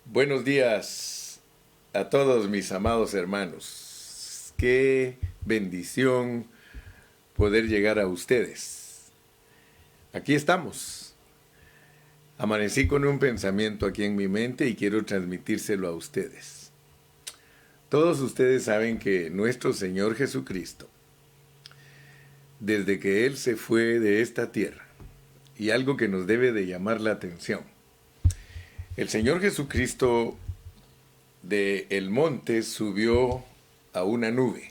Buenos días a todos mis amados hermanos. Qué bendición poder llegar a ustedes. Aquí estamos. Amanecí con un pensamiento aquí en mi mente y quiero transmitírselo a ustedes. Todos ustedes saben que nuestro Señor Jesucristo, desde que Él se fue de esta tierra, y algo que nos debe de llamar la atención, el Señor Jesucristo del monte subió a una nube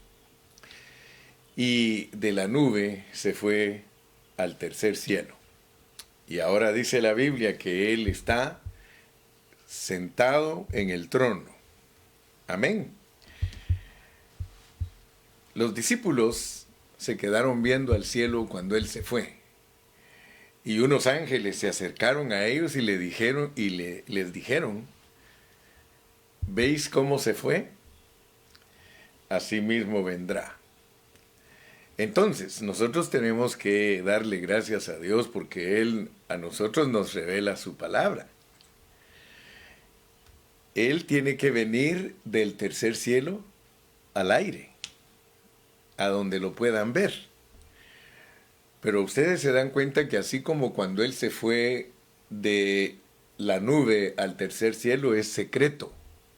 y de la nube se fue al tercer cielo. Y ahora dice la Biblia que Él está sentado en el trono. Amén. Los discípulos se quedaron viendo al cielo cuando Él se fue. Y unos ángeles se acercaron a ellos y les dijeron, ¿veis cómo se fue? Así mismo vendrá. Entonces, nosotros tenemos que darle gracias a Dios porque Él a nosotros nos revela su palabra. Él tiene que venir del tercer cielo al aire, a donde lo puedan ver. Pero ustedes se dan cuenta que así como cuando Él se fue de la nube al tercer cielo es secreto.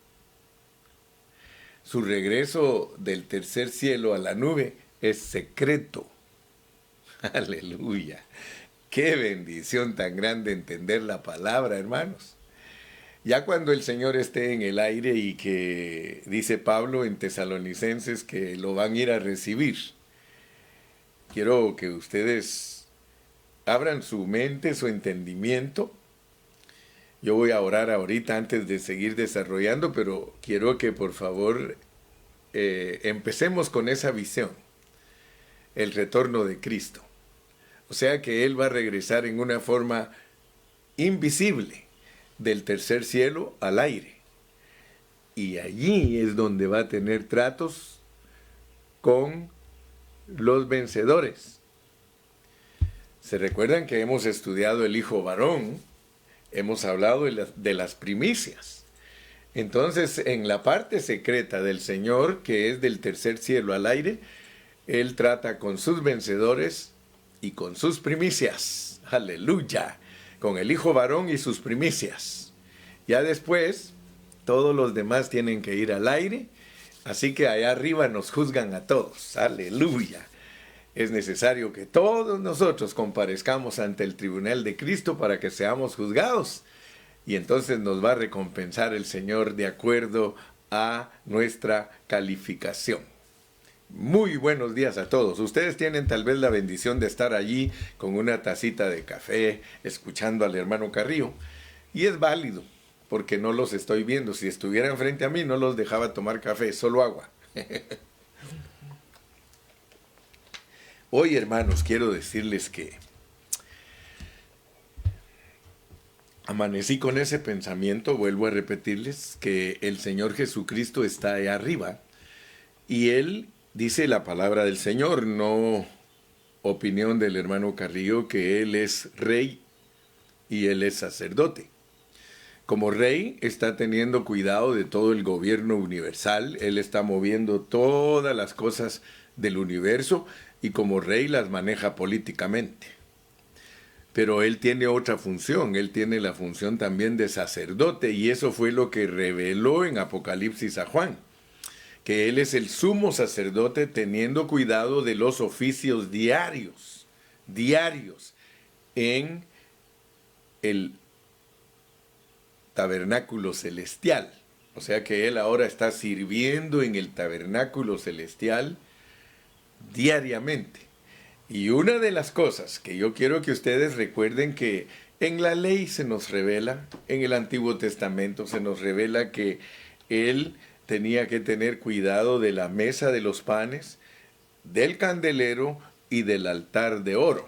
Su regreso del tercer cielo a la nube es secreto. Aleluya. Qué bendición tan grande entender la palabra, hermanos. Ya cuando el Señor esté en el aire y que dice Pablo en Tesalonicenses que lo van a ir a recibir, quiero que ustedes abran su mente, su entendimiento. Yo voy a orar ahorita antes de seguir desarrollando, pero quiero que por favor empecemos con esa visión, el retorno de Cristo. O sea que Él va a regresar en una forma invisible del tercer cielo al aire. Y allí es donde va a tener tratos con los vencedores. ¿Se recuerdan que hemos estudiado el hijo varón? Hemos hablado de las primicias. Entonces, en la parte secreta del Señor, que es del tercer cielo al aire, Él trata con sus vencedores y con sus primicias. ¡Aleluya! Con el hijo varón y sus primicias. Ya después, todos los demás tienen que ir al aire. Así que allá arriba nos juzgan a todos. ¡Aleluya! Es necesario que todos nosotros comparezcamos ante el tribunal de Cristo para que seamos juzgados. Y entonces nos va a recompensar el Señor de acuerdo a nuestra calificación. Muy buenos días a todos. Ustedes tienen tal vez la bendición de estar allí con una tacita de café, escuchando al hermano Carrillo. Y es válido, porque no los estoy viendo. Si estuvieran frente a mí, no los dejaba tomar café, solo agua. Hoy, hermanos, quiero decirles que amanecí con ese pensamiento, vuelvo a repetirles, que el Señor Jesucristo está ahí arriba y Él dice la palabra del Señor, no opinión del hermano Carrillo, que Él es rey y Él es sacerdote. Como rey está teniendo cuidado de todo el gobierno universal, Él está moviendo todas las cosas del universo y como rey las maneja políticamente. Pero Él tiene otra función, Él tiene la función también de sacerdote y eso fue lo que reveló en Apocalipsis a Juan, que Él es el sumo sacerdote teniendo cuidado de los oficios diarios en el tabernáculo celestial. O sea que Él ahora está sirviendo en el tabernáculo celestial diariamente. Y una de las cosas que yo quiero que ustedes recuerden que en la ley se nos revela, en el Antiguo Testamento se nos revela que Él tenía que tener cuidado de la mesa de los panes, del candelero y del altar de oro.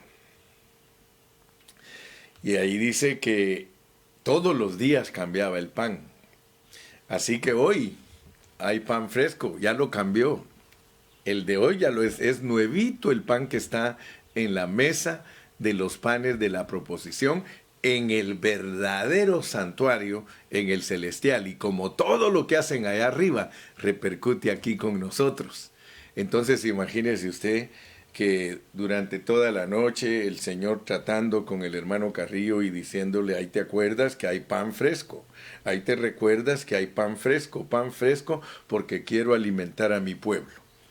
Y ahí dice que todos los días cambiaba el pan. Así que hoy hay pan fresco, ya lo cambió. El de hoy ya lo es nuevito el pan que está en la mesa de los panes de la proposición en el verdadero santuario, en el celestial. Y como todo lo que hacen allá arriba repercute aquí con nosotros. Entonces imagínese usted que durante toda la noche el Señor tratando con el hermano Carrillo y diciéndole, ahí te acuerdas que hay pan fresco, ahí te recuerdas que hay pan fresco, porque quiero alimentar a mi pueblo.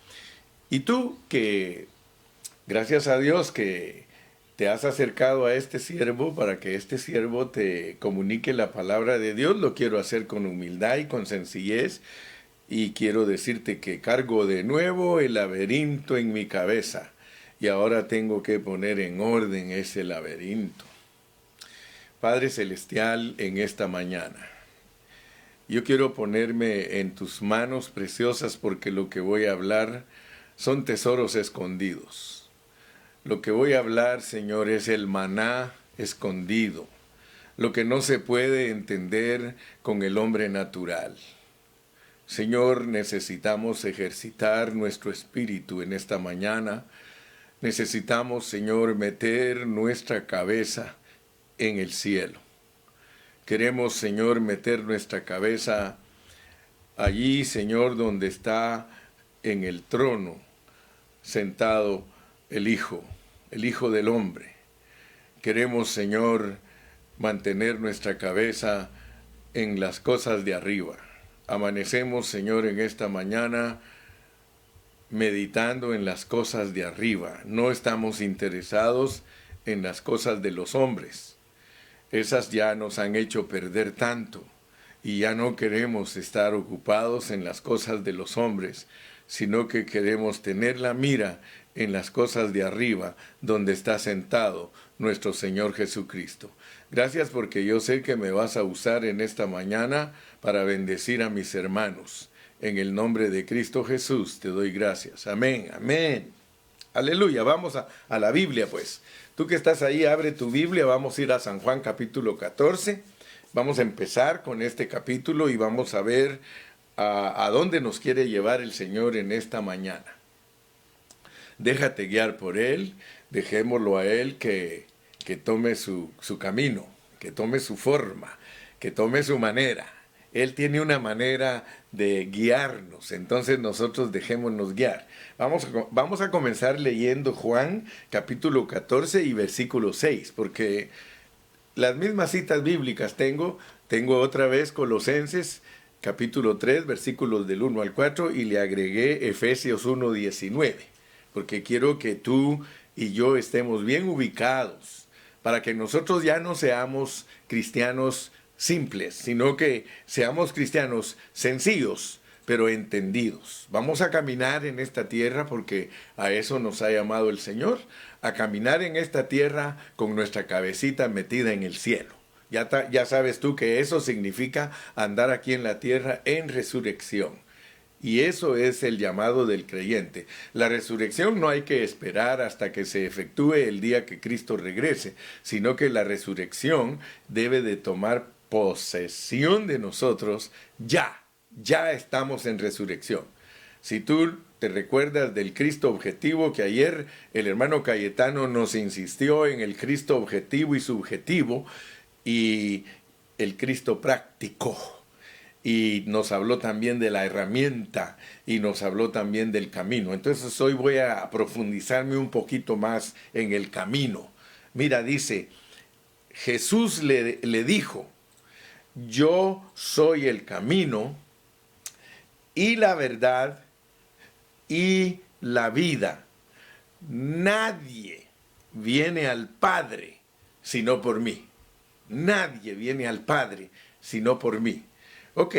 Y tú que, gracias a Dios que te has acercado a este siervo para que este siervo te comunique la palabra de Dios, lo quiero hacer con humildad y con sencillez. Y quiero decirte que cargo de nuevo el laberinto en mi cabeza. Y ahora tengo que poner en orden ese laberinto. Padre Celestial, en esta mañana, yo quiero ponerme en tus manos preciosas porque lo que voy a hablar son tesoros escondidos. Lo que voy a hablar, Señor, es el maná escondido. Lo que no se puede entender con el hombre natural. Señor, necesitamos ejercitar nuestro espíritu en esta mañana. Necesitamos, Señor, meter nuestra cabeza en el cielo. Queremos, Señor, meter nuestra cabeza allí, Señor, donde está en el trono sentado el Hijo del Hombre. Queremos, Señor, mantener nuestra cabeza en las cosas de arriba. Amanecemos, Señor, en esta mañana meditando en las cosas de arriba. No estamos interesados en las cosas de los hombres. Esas ya nos han hecho perder tanto y ya no queremos estar ocupados en las cosas de los hombres, sino que queremos tener la mira en las cosas de arriba, donde está sentado nuestro Señor Jesucristo. Gracias porque yo sé que me vas a usar en esta mañana para bendecir a mis hermanos. En el nombre de Cristo Jesús te doy gracias. Amén, amén. Aleluya, vamos a la Biblia pues. Tú que estás ahí, abre tu Biblia, vamos a ir a San Juan capítulo 14. Vamos a empezar con este capítulo y vamos a ver a dónde nos quiere llevar el Señor en esta mañana. Déjate guiar por Él, dejémoslo a Él que tome su camino, que tome su forma, que tome su manera. Él tiene una manera de guiarnos, entonces nosotros dejémonos guiar. Vamos a comenzar leyendo Juan capítulo 14 y versículo 6, porque las mismas citas bíblicas tengo otra vez Colosenses capítulo 3, versículos del 1 al 4, y le agregué Efesios 1, 19, porque quiero que tú y yo estemos bien ubicados, para que nosotros ya no seamos cristianos simples, sino que seamos cristianos sencillos, pero entendidos. Vamos a caminar en esta tierra porque a eso nos ha llamado el Señor, a caminar en esta tierra con nuestra cabecita metida en el cielo. Ya sabes tú que eso significa andar aquí en la tierra en resurrección. Y eso es el llamado del creyente. La resurrección no hay que esperar hasta que se efectúe el día que Cristo regrese, sino que la resurrección debe de tomar posesión de nosotros ya estamos en resurrección. Si tú te recuerdas del Cristo objetivo, que ayer el hermano Cayetano nos insistió en el Cristo objetivo y subjetivo, y el Cristo práctico, y nos habló también de la herramienta, y nos habló también del camino. Entonces hoy voy a profundizarme un poquito más en el camino. Mira, dice, Jesús le dijo, yo soy el camino y la verdad y la vida. Nadie viene al Padre sino por mí. Nadie viene al Padre sino por mí. Ok,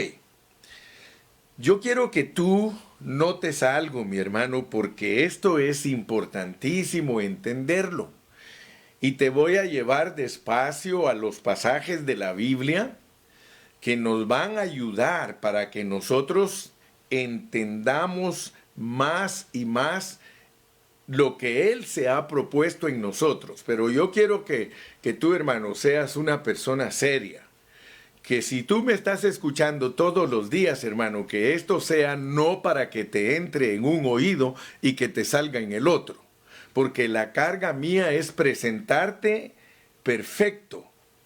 yo quiero que tú notes algo, mi hermano, porque esto es importantísimo entenderlo. Y te voy a llevar despacio a los pasajes de la Biblia que nos van a ayudar para que nosotros entendamos más y más lo que Él se ha propuesto en nosotros. Pero yo quiero que tú, hermano, seas una persona seria. Que si tú me estás escuchando todos los días, hermano, que esto sea no para que te entre en un oído y que te salga en el otro. Porque la carga mía es presentarte perfecto,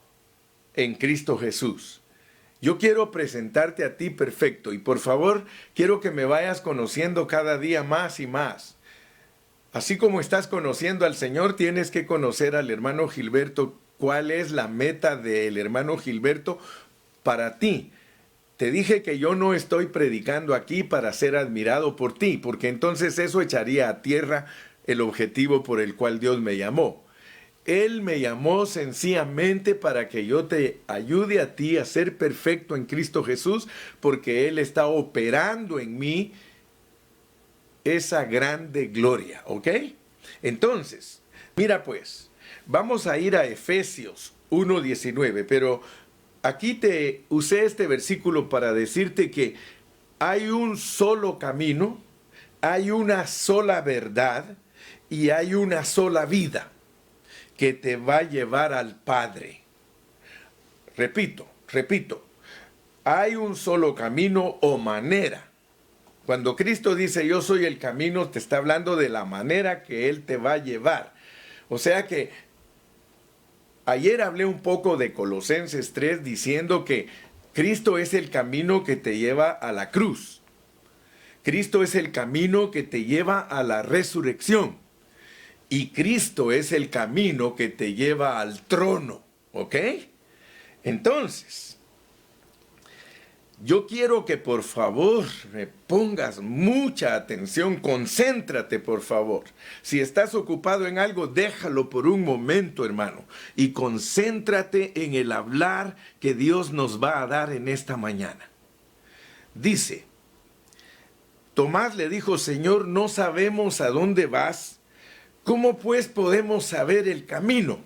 en Cristo Jesús. Yo quiero presentarte a ti perfecto y por favor quiero que me vayas conociendo cada día más y más. Así como estás conociendo al Señor, tienes que conocer al hermano Gilberto. ¿Cuál es la meta del hermano Gilberto para ti? Te dije que yo no estoy predicando aquí para ser admirado por ti, porque entonces eso echaría a tierra el objetivo por el cual Dios me llamó. Él me llamó sencillamente para que yo te ayude a ti a ser perfecto en Cristo Jesús, porque Él está operando en mí esa grande gloria, ¿ok? Entonces, mira pues, vamos a ir a Efesios 1:19, pero aquí te usé este versículo para decirte que hay un solo camino, hay una sola verdad y hay una sola vida que te va a llevar al Padre. Repito, hay un solo camino o manera. Cuando Cristo dice yo soy el camino, te está hablando de la manera que Él te va a llevar. O sea que ayer hablé un poco de Colosenses 3 diciendo que Cristo es el camino que te lleva a la cruz. Cristo es el camino que te lleva a la resurrección. Y Cristo es el camino que te lleva al trono, ¿ok? Entonces, yo quiero que por favor me pongas mucha atención, concéntrate por favor. Si estás ocupado en algo, déjalo por un momento, hermano, y concéntrate en el hablar que Dios nos va a dar en esta mañana. Dice, Tomás le dijo, Señor, no sabemos a dónde vas. ¿Cómo pues podemos saber el camino?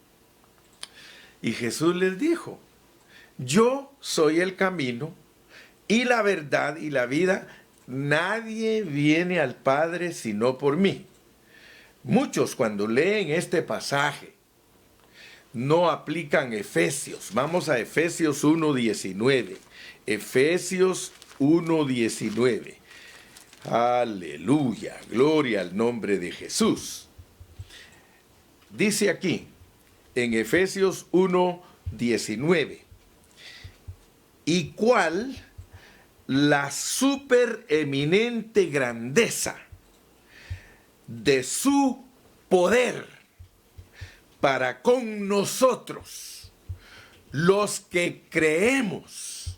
Y Jesús les dijo, yo soy el camino y la verdad y la vida. Nadie viene al Padre sino por mí. Muchos cuando leen este pasaje no aplican Efesios. Vamos a Efesios 1:19. Efesios 1:19. Aleluya, gloria al nombre de Jesús. Dice aquí, en Efesios 1:19, ¿y cuál la supereminente grandeza de su poder para con nosotros, los que creemos,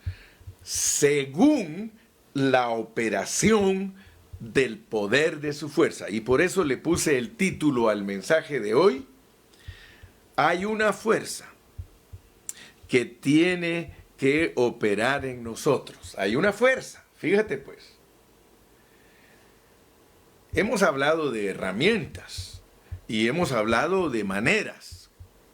según la operación del poder de su fuerza? Y por eso le puse el título al mensaje de hoy. Hay una fuerza que tiene que operar en nosotros. Hay una fuerza, fíjate pues. Hemos hablado de herramientas y hemos hablado de maneras,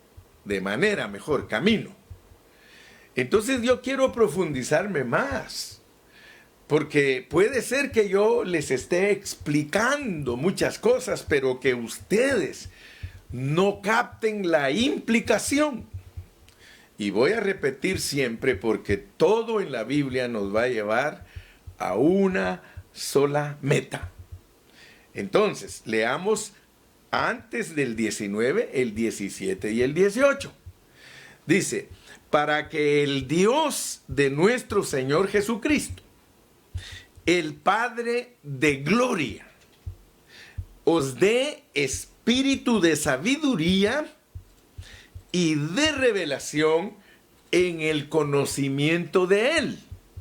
camino. Entonces yo quiero profundizarme más. Porque puede ser que yo les esté explicando muchas cosas, pero que ustedes no capten la implicación. Y voy a repetir siempre porque todo en la Biblia nos va a llevar a una sola meta. Entonces, leamos antes del 19, el 17 y el 18. Dice, para que el Dios de nuestro Señor Jesucristo, el Padre de gloria, os dé espíritu de sabiduría y de revelación en el conocimiento de Él.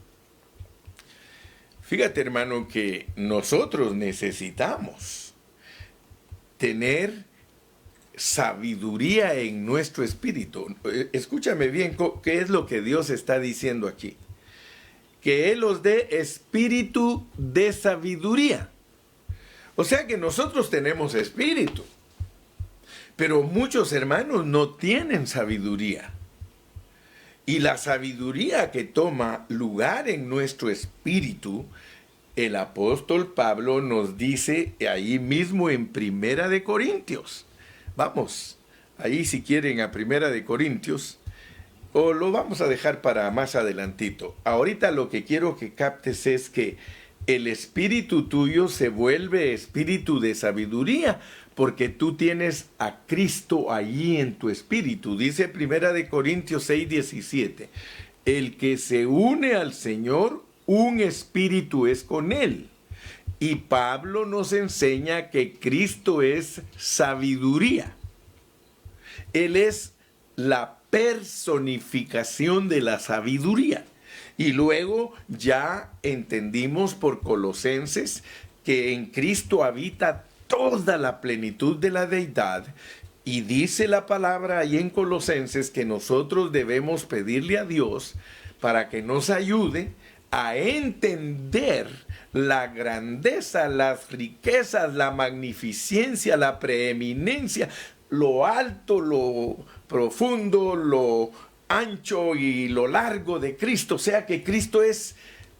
Fíjate, hermano, que nosotros necesitamos tener sabiduría en nuestro espíritu. Escúchame bien, ¿qué es lo que Dios está diciendo aquí? Que Él os dé espíritu de sabiduría. O sea que nosotros tenemos espíritu, pero muchos hermanos no tienen sabiduría. Y la sabiduría que toma lugar en nuestro espíritu, el apóstol Pablo nos dice ahí mismo en Primera de Corintios. Vamos, ahí si quieren a Primera de Corintios, o lo vamos a dejar para más adelantito. Ahorita lo que quiero que captes es que el espíritu tuyo se vuelve espíritu de sabiduría, porque tú tienes a Cristo allí en tu espíritu. Dice 1 Corintios 6:17, el que se une al Señor, un espíritu es con él. Y Pablo nos enseña que Cristo es sabiduría. Él es la personificación de la sabiduría. Y luego ya entendimos por Colosenses que en Cristo habita toda la plenitud de la deidad. Y dice la palabra ahí en Colosenses que nosotros debemos pedirle a Dios para que nos ayude a entender la grandeza, las riquezas, la magnificencia, la preeminencia, lo alto, lo profundo, lo ancho y lo largo de Cristo. O sea que Cristo es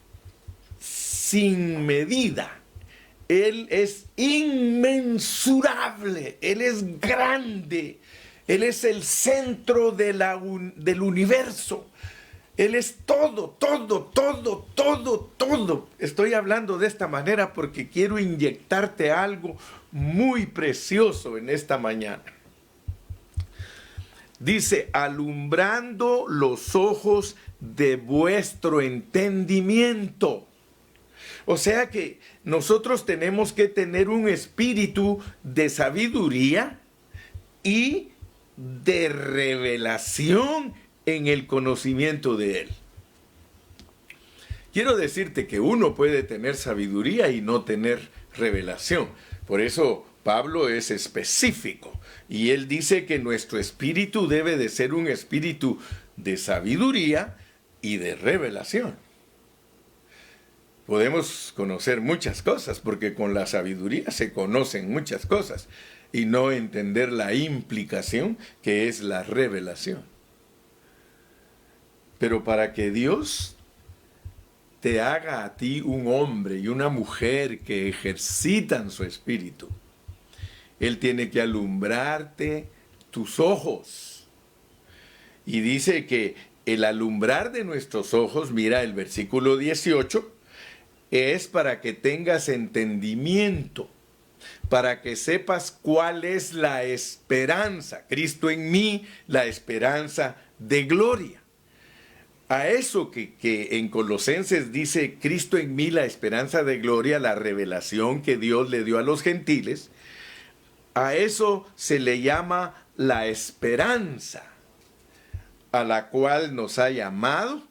sin medida. Él es inmensurable, Él es grande, Él es el centro del universo. Él es todo, todo, todo, todo, todo. Estoy hablando de esta manera porque quiero inyectarte algo muy precioso en esta mañana. Dice, alumbrando los ojos de vuestro entendimiento. O sea que nosotros tenemos que tener un espíritu de sabiduría y de revelación en el conocimiento de Él. Quiero decirte que uno puede tener sabiduría y no tener revelación. Por eso Pablo es específico y él dice que nuestro espíritu debe de ser un espíritu de sabiduría y de revelación. Podemos conocer muchas cosas porque con la sabiduría se conocen muchas cosas y no entender la implicación que es la revelación. Pero para que Dios te haga a ti un hombre y una mujer que ejercitan su espíritu, Él tiene que alumbrarte tus ojos. Y dice que el alumbrar de nuestros ojos, mira el versículo 18, es para que tengas entendimiento, para que sepas cuál es la esperanza. Cristo en mí, la esperanza de gloria. A eso que en Colosenses dice Cristo en mí, la esperanza de gloria, la revelación que Dios le dio a los gentiles, a eso se le llama la esperanza, a la cual nos ha llamado.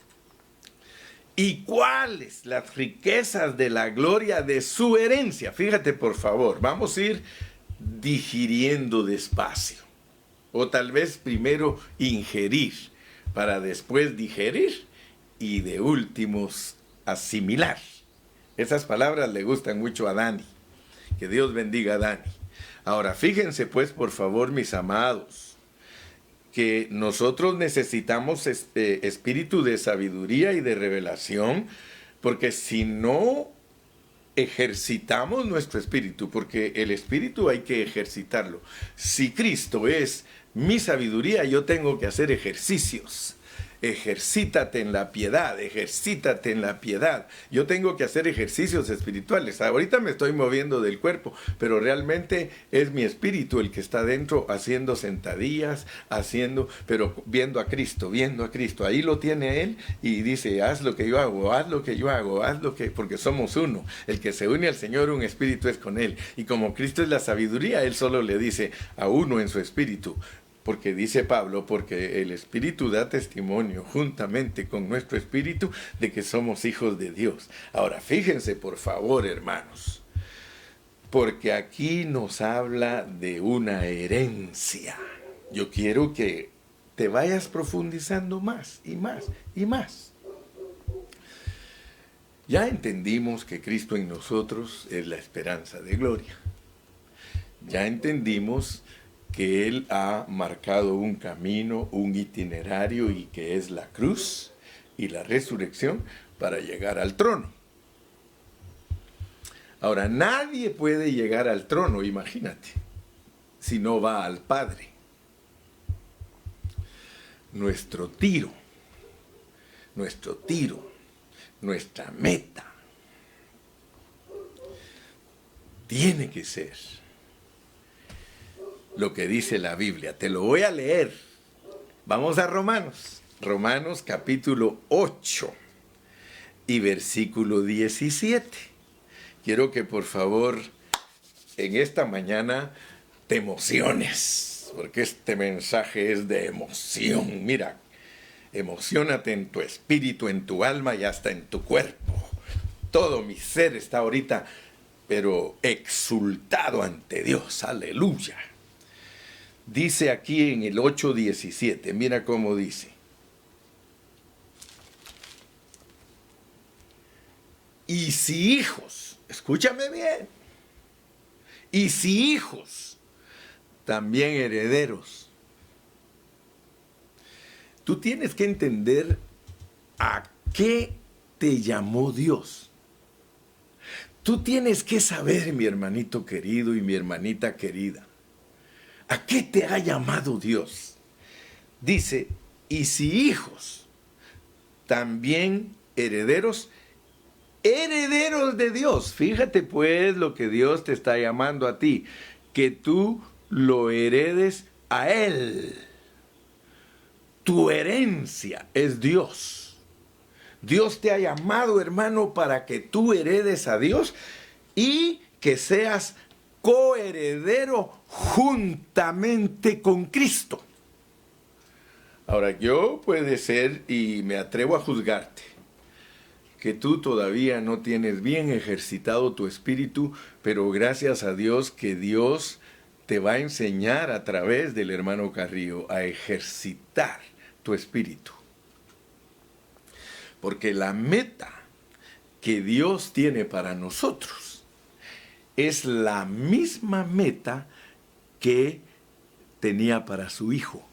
¿Y cuáles las riquezas de la gloria de su herencia? Fíjate por favor, vamos a ir digiriendo despacio. O tal vez primero ingerir, para después digerir y de últimos asimilar. Esas palabras le gustan mucho a Dani. Que Dios bendiga a Dani. Ahora, fíjense pues por favor, mis amados, que nosotros necesitamos espíritu de sabiduría y de revelación, porque si no ejercitamos nuestro espíritu, porque el espíritu hay que ejercitarlo. Si Cristo es mi sabiduría, yo tengo que hacer ejercicios. Ejercítate en la piedad, ejercítate en la piedad. Yo tengo que hacer ejercicios espirituales. Ahorita me estoy moviendo del cuerpo, pero realmente es mi espíritu el que está dentro haciendo sentadillas, pero viendo a Cristo, viendo a Cristo. Ahí lo tiene Él y dice, haz lo que yo hago, haz lo que yo hago, porque somos uno. El que se une al Señor, un espíritu es con Él. Y como Cristo es la sabiduría, Él solo le dice a uno en su espíritu. Porque dice Pablo, porque el Espíritu da testimonio juntamente con nuestro espíritu de que somos hijos de Dios. Ahora, fíjense por favor, hermanos, porque aquí nos habla de una herencia. Yo quiero que te vayas profundizando más y más y más. Ya entendimos que Cristo en nosotros es la esperanza de gloria. Ya entendimos que Él ha marcado un camino, un itinerario, y que es la cruz y la resurrección para llegar al trono. Ahora, nadie puede llegar al trono, imagínate, si no va al Padre. Nuestro tiro, nuestra meta, tiene que ser lo que dice la Biblia. Te lo voy a leer. Vamos a Romanos. Romanos capítulo 8 y versículo 17. Quiero que por favor en esta mañana te emociones, porque este mensaje es de emoción. Mira, emociónate en tu espíritu, en tu alma y hasta en tu cuerpo. Todo mi ser está ahorita, pero exultado ante Dios. Aleluya. Dice aquí en el 8:17, mira cómo dice. Y si hijos, escúchame bien, y si hijos, también herederos. Tú tienes que entender a qué te llamó Dios. Tú tienes que saber, mi hermanito querido y mi hermanita querida, ¿a qué te ha llamado Dios? Dice, y si hijos, también herederos, herederos de Dios. Fíjate pues lo que Dios te está llamando a ti, que tú lo heredes a Él. Tu herencia es Dios. Dios te ha llamado, hermano, para que tú heredes a Dios y que seas coheredero juntamente con Cristo. Ahora, yo puede ser, y me atrevo a juzgarte, que tú todavía no tienes bien ejercitado tu espíritu, pero gracias a Dios que Dios te va a enseñar a través del hermano Carrillo a ejercitar tu espíritu. Porque la meta que Dios tiene para nosotros es la misma meta que tenía para su Hijo.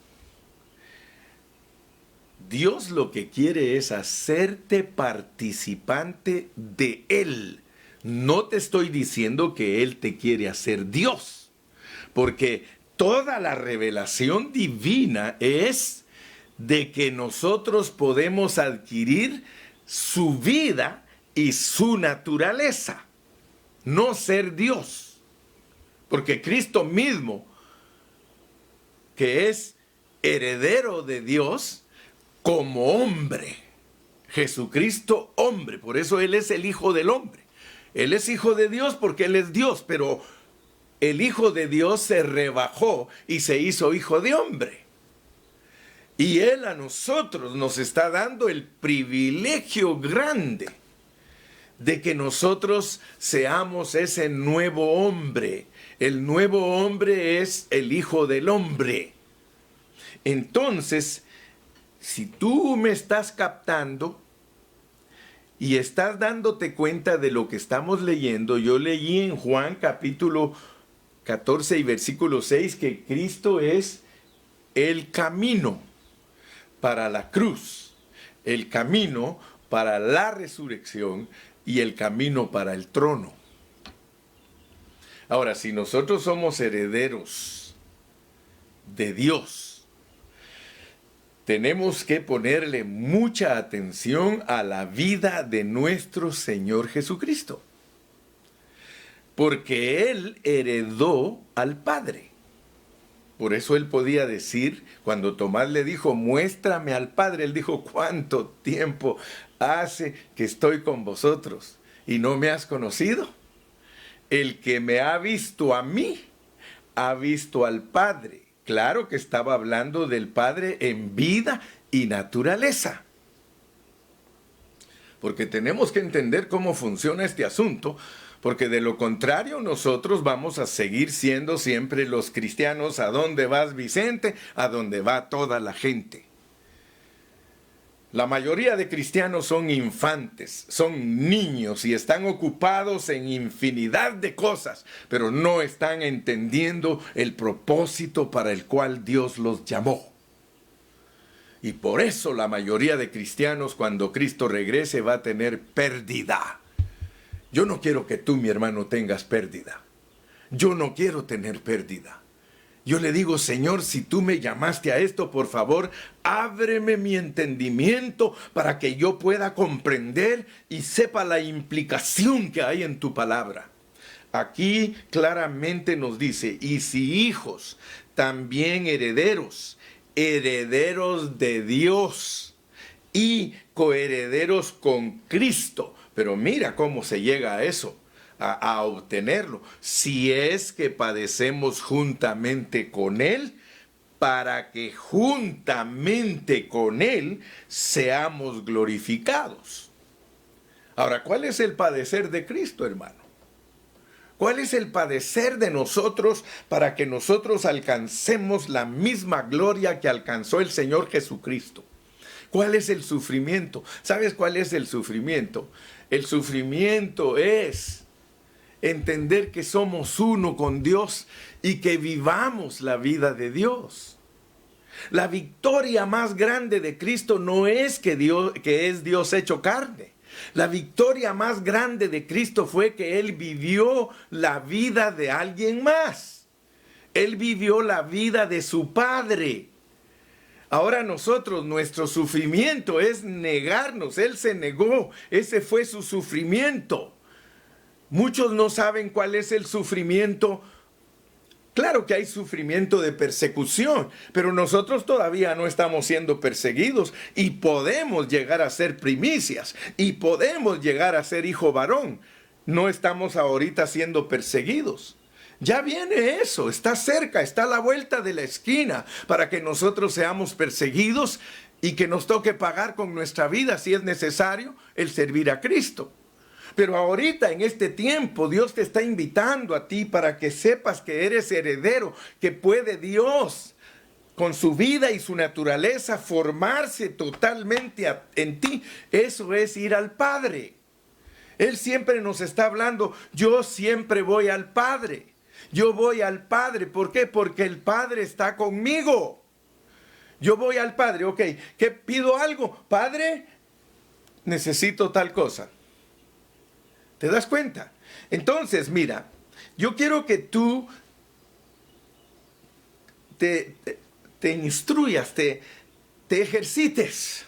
Dios lo que quiere es hacerte participante de Él. No te estoy diciendo que Él te quiere hacer Dios, porque toda la revelación divina es de que nosotros podemos adquirir su vida y su naturaleza, no ser Dios. Porque Cristo mismo, que es heredero de Dios, como hombre, Jesucristo hombre, por eso Él es el Hijo del hombre. Él es Hijo de Dios porque Él es Dios, pero el Hijo de Dios se rebajó y se hizo Hijo de hombre. Y Él a nosotros nos está dando el privilegio grande de que nosotros seamos ese nuevo hombre. El nuevo hombre es el Hijo del hombre. Entonces, si tú me estás captando y estás dándote cuenta de lo que estamos leyendo, yo leí en Juan capítulo 14 y versículo 6 que Cristo es el camino para la cruz, el camino para la resurrección y el camino para el trono. Ahora, si nosotros somos herederos de Dios, tenemos que ponerle mucha atención a la vida de nuestro Señor Jesucristo, porque Él heredó al Padre. Por eso Él podía decir, cuando Tomás le dijo, muéstrame al Padre, Él dijo, ¿cuánto tiempo hace que estoy con vosotros y no me has conocido? El que me ha visto a mí, ha visto al Padre. Claro que estaba hablando del Padre en vida y naturaleza. Porque tenemos que entender cómo funciona este asunto, porque de lo contrario nosotros vamos a seguir siendo siempre los cristianos. ¿A dónde vas, Vicente? A dónde va toda la gente. La mayoría de cristianos son infantes, son niños y están ocupados en infinidad de cosas, pero no están entendiendo el propósito para el cual Dios los llamó. Y por eso la mayoría de cristianos, cuando Cristo regrese, va a tener pérdida. Yo no quiero que tú, mi hermano, tengas pérdida. Yo no quiero tener pérdida. Yo le digo, Señor, si tú me llamaste a esto, por favor, ábreme mi entendimiento para que yo pueda comprender y sepa la implicación que hay en tu palabra. Aquí claramente nos dice, y si hijos, también herederos, herederos de Dios y coherederos con Cristo. Pero mira cómo se llega a eso, a obtenerlo. Si es que padecemos juntamente con Él, para que juntamente con Él seamos glorificados. Ahora, ¿cuál es el padecer de Cristo, hermano? ¿Cuál es el padecer de nosotros para que nosotros alcancemos la misma gloria que alcanzó el Señor Jesucristo? ¿Cuál es el sufrimiento? ¿Sabes cuál es el sufrimiento? El sufrimiento es entender que somos uno con Dios y que vivamos la vida de Dios. La victoria más grande de Cristo no es que es Dios hecho carne. La victoria más grande de Cristo fue que Él vivió la vida de alguien más. Él vivió la vida de su Padre. Ahora nosotros, nuestro sufrimiento es negarnos. Él se negó. Ese fue su sufrimiento. Muchos no saben cuál es el sufrimiento. Claro que hay sufrimiento de persecución, pero nosotros todavía no estamos siendo perseguidos y podemos llegar a ser primicias y podemos llegar a ser hijo varón. No estamos ahorita siendo perseguidos. Ya viene eso, está cerca, está a la vuelta de la esquina para que nosotros seamos perseguidos y que nos toque pagar con nuestra vida, si es necesario, el servir a Cristo. Pero ahorita, en este tiempo, Dios te está invitando a ti para que sepas que eres heredero, que puede Dios, con su vida y su naturaleza, formarse totalmente en ti. Eso es ir al Padre. Él siempre nos está hablando, yo siempre voy al Padre. Yo voy al Padre. ¿Por qué? Porque el Padre está conmigo. Yo voy al Padre, ok. ¿Qué pido algo? Padre, necesito tal cosa. ¿Te das cuenta? Entonces, mira, yo quiero que tú te instruyas, te ejercites.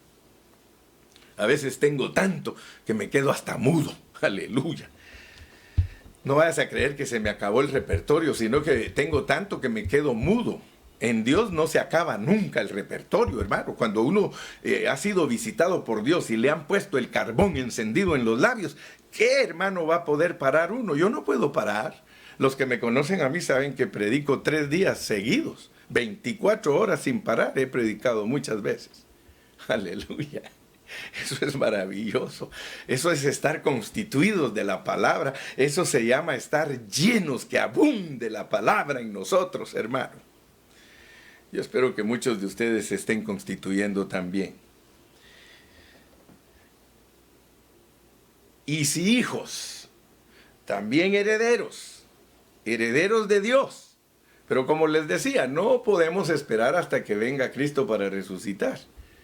A veces tengo tanto que me quedo hasta mudo. Aleluya. No vayas a creer que se me acabó el repertorio, sino que tengo tanto que me quedo mudo. En Dios no se acaba nunca el repertorio, hermano. Cuando uno ha sido visitado por Dios y le han puesto el carbón encendido en los labios, ¿qué hermano va a poder parar uno? Yo no puedo parar. Los que me conocen a mí saben que predico 3 días seguidos, 24 horas sin parar. He predicado muchas veces. Aleluya. Eso es maravilloso. Eso es estar constituidos de la palabra. Eso se llama estar llenos, que abunde la palabra en nosotros, hermano. Yo espero que muchos de ustedes se estén constituyendo también. Y si hijos, también herederos, herederos de Dios. Pero como les decía, no podemos esperar hasta que venga Cristo para resucitar.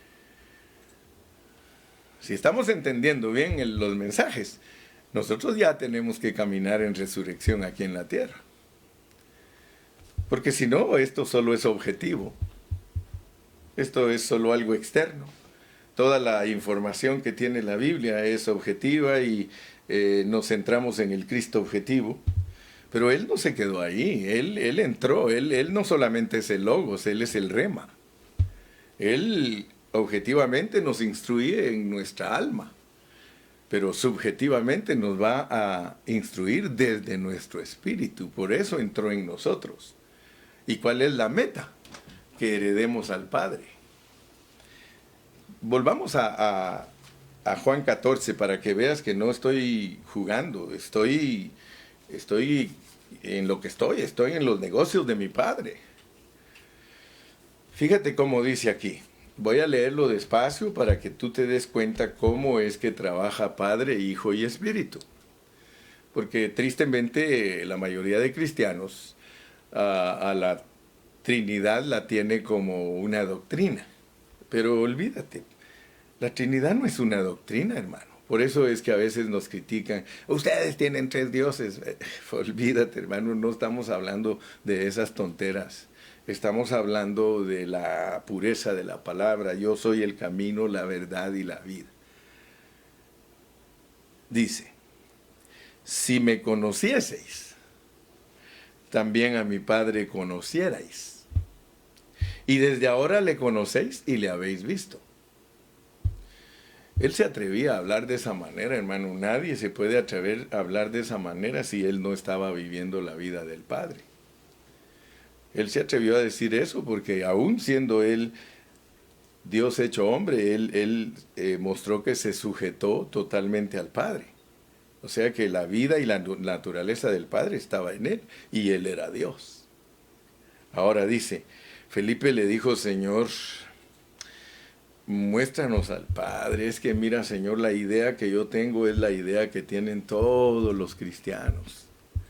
Si estamos entendiendo bien los mensajes, nosotros ya tenemos que caminar en resurrección aquí en la tierra. Porque si no, esto solo es objetivo. Esto es solo algo externo. Toda la información que tiene la Biblia es objetiva y nos centramos en el Cristo objetivo. Pero Él no se quedó ahí. Él entró. Él no solamente es el Logos, Él es el Rema. Él objetivamente nos instruye en nuestra alma. Pero subjetivamente nos va a instruir desde nuestro espíritu. Por eso entró en nosotros. ¿Y cuál es la meta? Que heredemos al Padre. Volvamos a Juan 14 para que veas que no estoy jugando. Estoy en lo que estoy en los negocios de mi Padre. Fíjate cómo dice aquí. Voy a leerlo despacio para que tú te des cuenta cómo es que trabaja Padre, Hijo y Espíritu. Porque tristemente la mayoría de cristianos a la Trinidad la tiene como una doctrina. Pero olvídate, la Trinidad no es una doctrina, hermano. Por eso es que a veces nos critican, ustedes tienen 3 dioses. Olvídate, hermano, no estamos hablando de esas tonteras. Estamos hablando de la pureza de la palabra. Yo soy el camino, la verdad y la vida. Dice, si me conocieseis, también a mi Padre conocierais. Y desde ahora le conocéis y le habéis visto. Él se atrevía a hablar de esa manera, hermano. Nadie se puede atrever a hablar de esa manera si él no estaba viviendo la vida del Padre. Él se atrevió a decir eso porque aún siendo él Dios hecho hombre, él mostró que se sujetó totalmente al Padre. O sea que la vida y la naturaleza del Padre estaba en él y él era Dios. Ahora dice, Felipe le dijo, Señor, muéstranos al Padre. Es que mira, Señor, la idea que yo tengo es la idea que tienen todos los cristianos.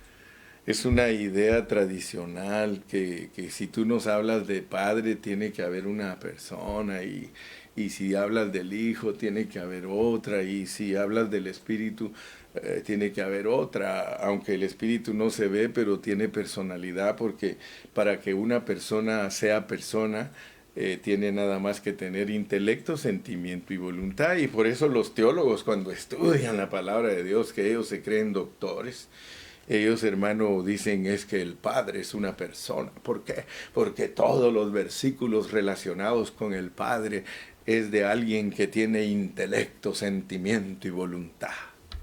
Es una idea tradicional que si tú nos hablas de Padre tiene que haber una persona y si hablas del Hijo tiene que haber otra y si hablas del Espíritu tiene que haber otra, aunque el Espíritu no se ve pero tiene personalidad porque para que una persona sea persona tiene nada más que tener intelecto, sentimiento y voluntad. Y por eso los teólogos cuando estudian la palabra de Dios, que ellos se creen doctores, ellos, hermano, dicen es que el Padre es una persona. ¿Por qué? Porque todos los versículos relacionados con el Padre es de alguien que tiene intelecto, sentimiento y voluntad.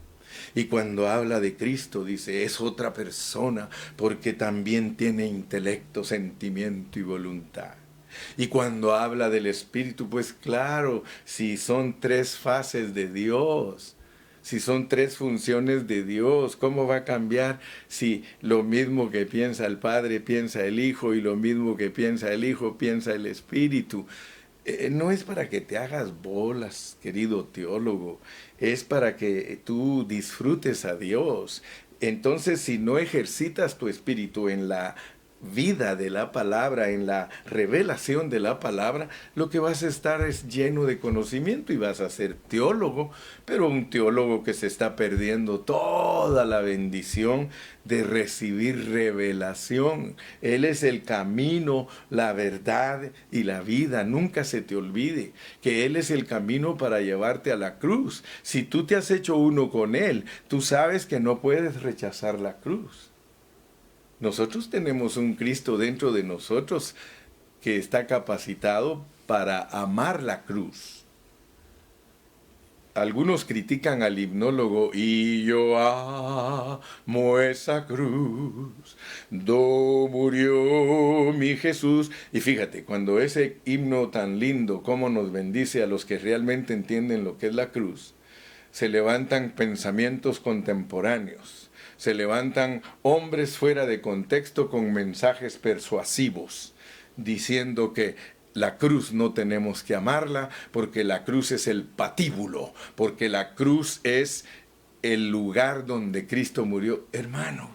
Y cuando habla de Cristo, dice, es otra persona porque también tiene intelecto, sentimiento y voluntad. Y cuando habla del Espíritu, pues claro, si son tres fases de Dios, si son tres funciones de Dios, ¿cómo va a cambiar si lo mismo que piensa el Padre piensa el Hijo y lo mismo que piensa el Hijo piensa el Espíritu? No es para que te hagas bolas, querido teólogo, es para que tú disfrutes a Dios. Entonces, si no ejercitas tu espíritu en la vida de la palabra, en la revelación de la palabra, lo que vas a estar es lleno de conocimiento y vas a ser teólogo, pero un teólogo que se está perdiendo toda la bendición de recibir revelación. Él es el camino, la verdad y la vida. Nunca se te olvide que Él es el camino para llevarte a la cruz. Si tú te has hecho uno con Él, tú sabes que no puedes rechazar la cruz. Nosotros tenemos un Cristo dentro de nosotros que está capacitado para amar la cruz. Algunos critican al himnólogo y yo amo esa cruz, do murió mi Jesús. Y fíjate, cuando ese himno tan lindo, cómo nos bendice a los que realmente entienden lo que es la cruz, se levantan pensamientos contemporáneos. Se levantan hombres fuera de contexto con mensajes persuasivos, diciendo que la cruz no tenemos que amarla, porque la cruz es el patíbulo, porque la cruz es el lugar donde Cristo murió. Hermano,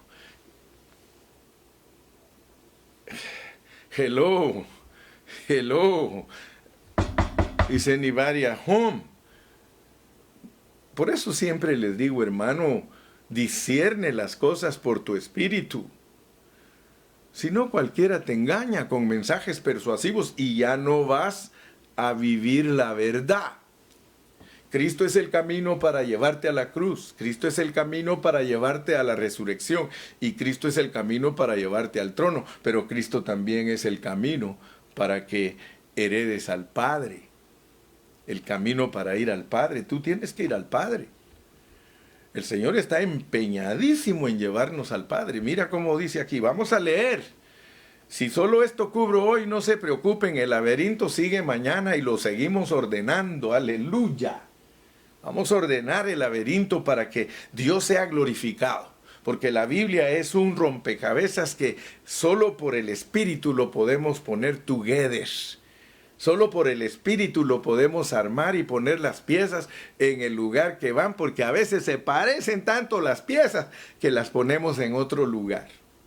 hello, dice Nivaria, home. Por eso siempre les digo, hermano, discierne las cosas por tu espíritu. Si no, cualquiera te engaña con mensajes persuasivos y ya no vas a vivir la verdad. Cristo es el camino para llevarte a la cruz. Cristo es el camino para llevarte a la resurrección. Y Cristo es el camino para llevarte al trono. Pero Cristo también es el camino para que heredes al Padre. El camino para ir al Padre. Tú tienes que ir al Padre. El Señor está empeñadísimo en llevarnos al Padre. Mira cómo dice aquí, vamos a leer. Si solo esto cubro hoy, no se preocupen, el laberinto sigue mañana y lo seguimos ordenando. Aleluya. Vamos a ordenar el laberinto para que Dios sea glorificado. Porque la Biblia es un rompecabezas que solo por el Espíritu lo podemos poner together. Solo por el Espíritu lo podemos armar y poner las piezas en el lugar que van, porque a veces se parecen tanto las piezas que las ponemos en otro lugar.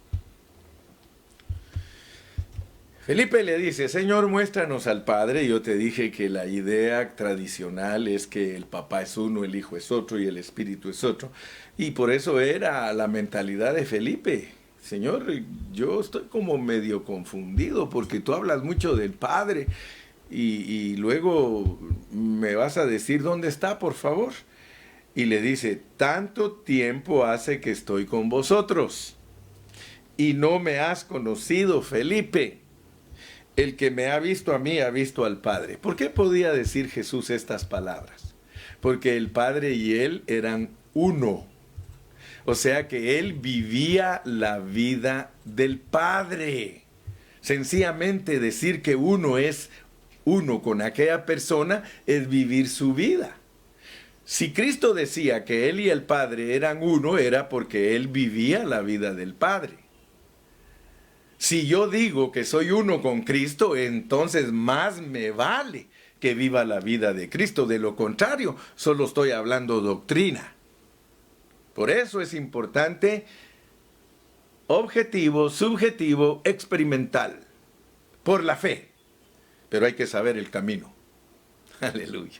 Felipe le dice, Señor, muéstranos al Padre. Yo te dije que la idea tradicional es que el papá es uno, el hijo es otro y el Espíritu es otro. Y por eso era la mentalidad de Felipe. Señor, yo estoy como medio confundido porque tú hablas mucho del Padre. Y luego me vas a decir dónde está, por favor. y le dice, tanto tiempo hace que estoy con vosotros y no me has conocido, Felipe. El que me ha visto a mí ha visto al Padre. ¿Por qué podía decir Jesús estas palabras? Porque el Padre y él eran uno. O sea que él vivía la vida del Padre. Sencillamente decir que uno es uno con aquella persona es vivir su vida. Si Cristo decía que él y el Padre eran uno, era porque él vivía la vida del Padre. Si yo digo que soy uno con Cristo, entonces más me vale que viva la vida de Cristo. De lo contrario, solo estoy hablando doctrina. Por eso es importante objetivo, subjetivo, experimental, por la fe. Pero hay que saber el camino. Aleluya.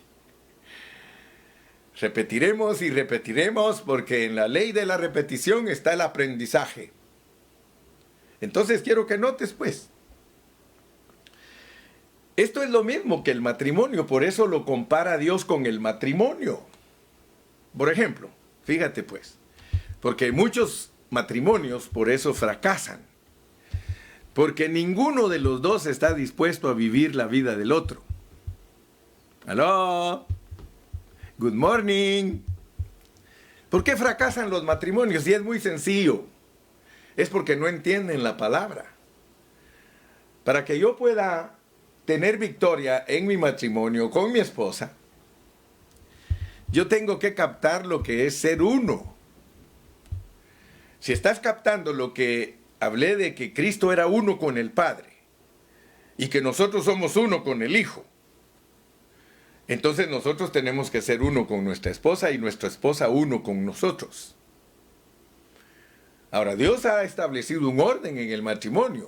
Repetiremos y repetiremos porque en la ley de la repetición está el aprendizaje. Entonces quiero que notes pues. Esto es lo mismo que el matrimonio, por eso lo compara Dios con el matrimonio. Por ejemplo, fíjate pues, porque muchos matrimonios por eso fracasan. Porque ninguno de los dos está dispuesto a vivir la vida del otro. ¡Aló! ¡Good morning! ¿Por qué fracasan los matrimonios? Y es muy sencillo. Es porque no entienden la palabra. Para que yo pueda tener victoria en mi matrimonio con mi esposa, yo tengo que captar lo que es ser uno. Si estás captando lo que hablé de que Cristo era uno con el Padre y que nosotros somos uno con el Hijo, entonces nosotros tenemos que ser uno con nuestra esposa y nuestra esposa uno con nosotros. Ahora, Dios ha establecido un orden en el matrimonio.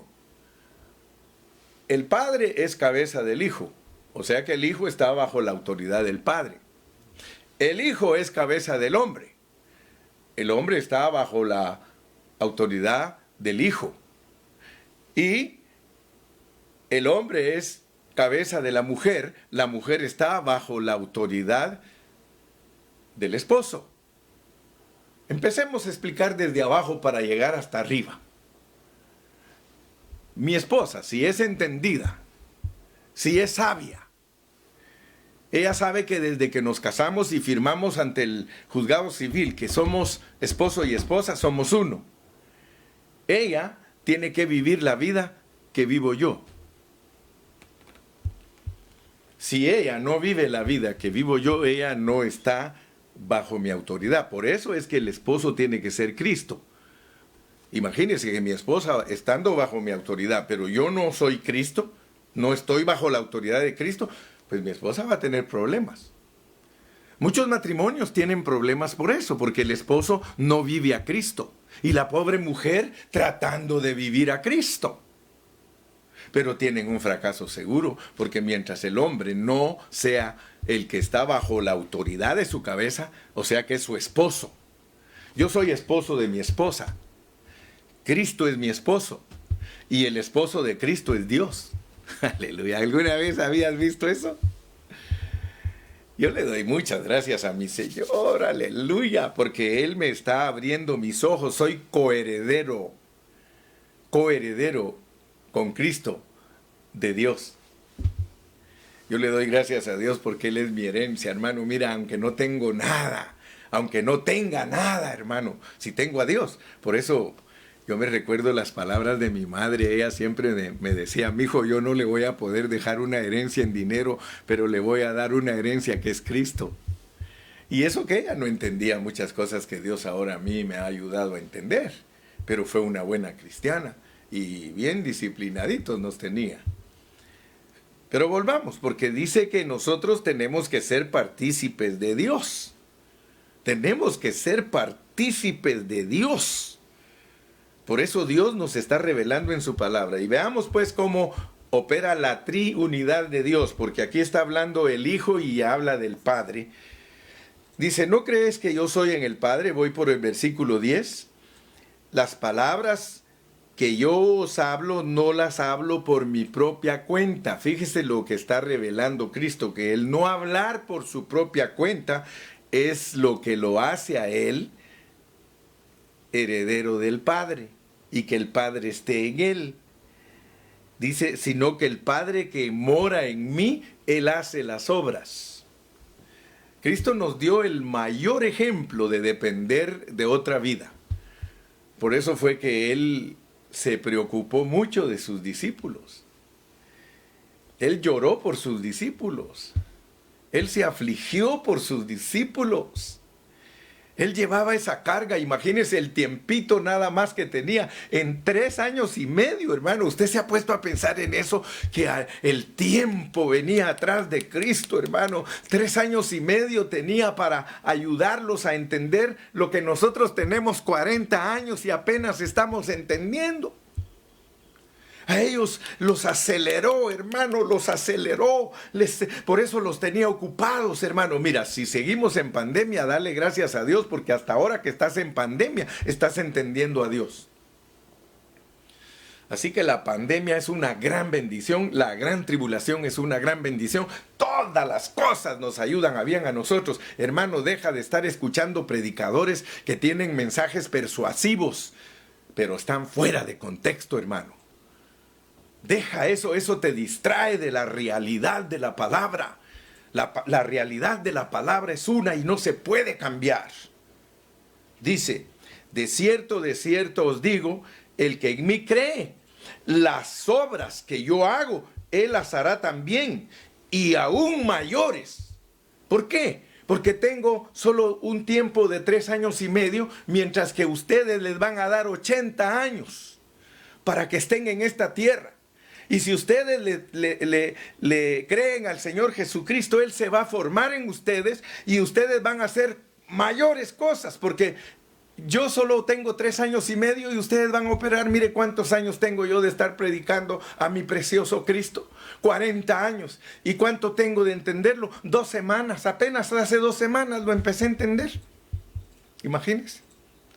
El Padre es cabeza del Hijo, o sea que el Hijo está bajo la autoridad del Padre. El Hijo es cabeza del hombre. El hombre está bajo la autoridad del Hijo. Y el hombre es cabeza de la mujer está bajo la autoridad del esposo. Empecemos a explicar desde abajo para llegar hasta arriba. Mi esposa, si es entendida, si es sabia, ella sabe que desde que nos casamos y firmamos ante el juzgado civil que somos esposo y esposa, somos uno. Ella tiene que vivir la vida que vivo yo. Si ella no vive la vida que vivo yo, ella no está bajo mi autoridad. Por eso es que el esposo tiene que ser Cristo. Imagínense que mi esposa estando bajo mi autoridad, pero yo no soy Cristo, no estoy bajo la autoridad de Cristo, pues mi esposa va a tener problemas. Muchos matrimonios tienen problemas por eso, porque el esposo no vive a Cristo y la pobre mujer tratando de vivir a Cristo. Pero tienen un fracaso seguro, porque mientras el hombre no sea el que está bajo la autoridad de su cabeza, o sea que es su esposo. Yo soy esposo de mi esposa. Cristo es mi esposo. Y el esposo de Cristo es Dios. Aleluya. ¿Alguna vez habías visto eso? Yo le doy muchas gracias a mi Señor, aleluya, porque Él me está abriendo mis ojos. Soy coheredero con Cristo de Dios. Yo le doy gracias a Dios porque Él es mi herencia, hermano. Mira, aunque no tengo nada, aunque no tenga nada, hermano, si tengo a Dios. Por eso yo me recuerdo las palabras de mi madre. Ella siempre me decía, mijo, yo no le voy a poder dejar una herencia en dinero, pero le voy a dar una herencia que es Cristo. Y eso que ella no entendía muchas cosas que Dios ahora a mí me ha ayudado a entender. Pero fue una buena cristiana y bien disciplinaditos nos tenía. Pero volvamos, porque dice que nosotros tenemos que ser partícipes de Dios. Tenemos que ser partícipes de Dios. Por eso Dios nos está revelando en su palabra. Y veamos pues cómo opera la triunidad de Dios, porque aquí está hablando el Hijo y habla del Padre. Dice, ¿no crees que yo soy en el Padre? Voy por el versículo 10. Las palabras que yo os hablo, no las hablo por mi propia cuenta. Fíjese lo que está revelando Cristo, que el no hablar por su propia cuenta es lo que lo hace a él heredero del Padre, y que el Padre esté en él. Dice, sino que el Padre que mora en mí, él hace las obras. Cristo nos dio el mayor ejemplo de depender de otra vida. Por eso fue que él se preocupó mucho de sus discípulos. Él lloró por sus discípulos. Él se afligió por sus discípulos. Él llevaba esa carga, imagínese el tiempito nada más que tenía, en 3 años y medio, hermano. Usted se ha puesto a pensar en eso, que el tiempo venía atrás de Cristo, hermano. 3 años y medio tenía para ayudarlos a entender lo que nosotros tenemos 40 años y apenas estamos entendiendo. A ellos los aceleró, hermano, los aceleró. Por eso los tenía ocupados, hermano. Mira, si seguimos en pandemia, dale gracias a Dios, porque hasta ahora que estás en pandemia, estás entendiendo a Dios. Así que la pandemia es una gran bendición, la gran tribulación es una gran bendición. Todas las cosas nos ayudan a bien a nosotros. Hermano, deja de estar escuchando predicadores que tienen mensajes persuasivos, pero están fuera de contexto, hermano. Deja eso, eso te distrae de la realidad de la palabra. La realidad de la palabra es una y no se puede cambiar. Dice, de cierto os digo, el que en mí cree, las obras que yo hago, él las hará también, y aún mayores. ¿Por qué? Porque tengo solo un tiempo de 3 años y medio, mientras que ustedes les van a dar 80 años para que estén en esta tierra. Y si ustedes le creen al Señor Jesucristo, Él se va a formar en ustedes y ustedes van a hacer mayores cosas, porque yo solo tengo 3 años y medio y ustedes van a operar. Mire cuántos años tengo yo de estar predicando a mi precioso Cristo. 40 años. ¿Y cuánto tengo de entenderlo? 2 semanas. Apenas hace 2 semanas lo empecé a entender. Imagínense.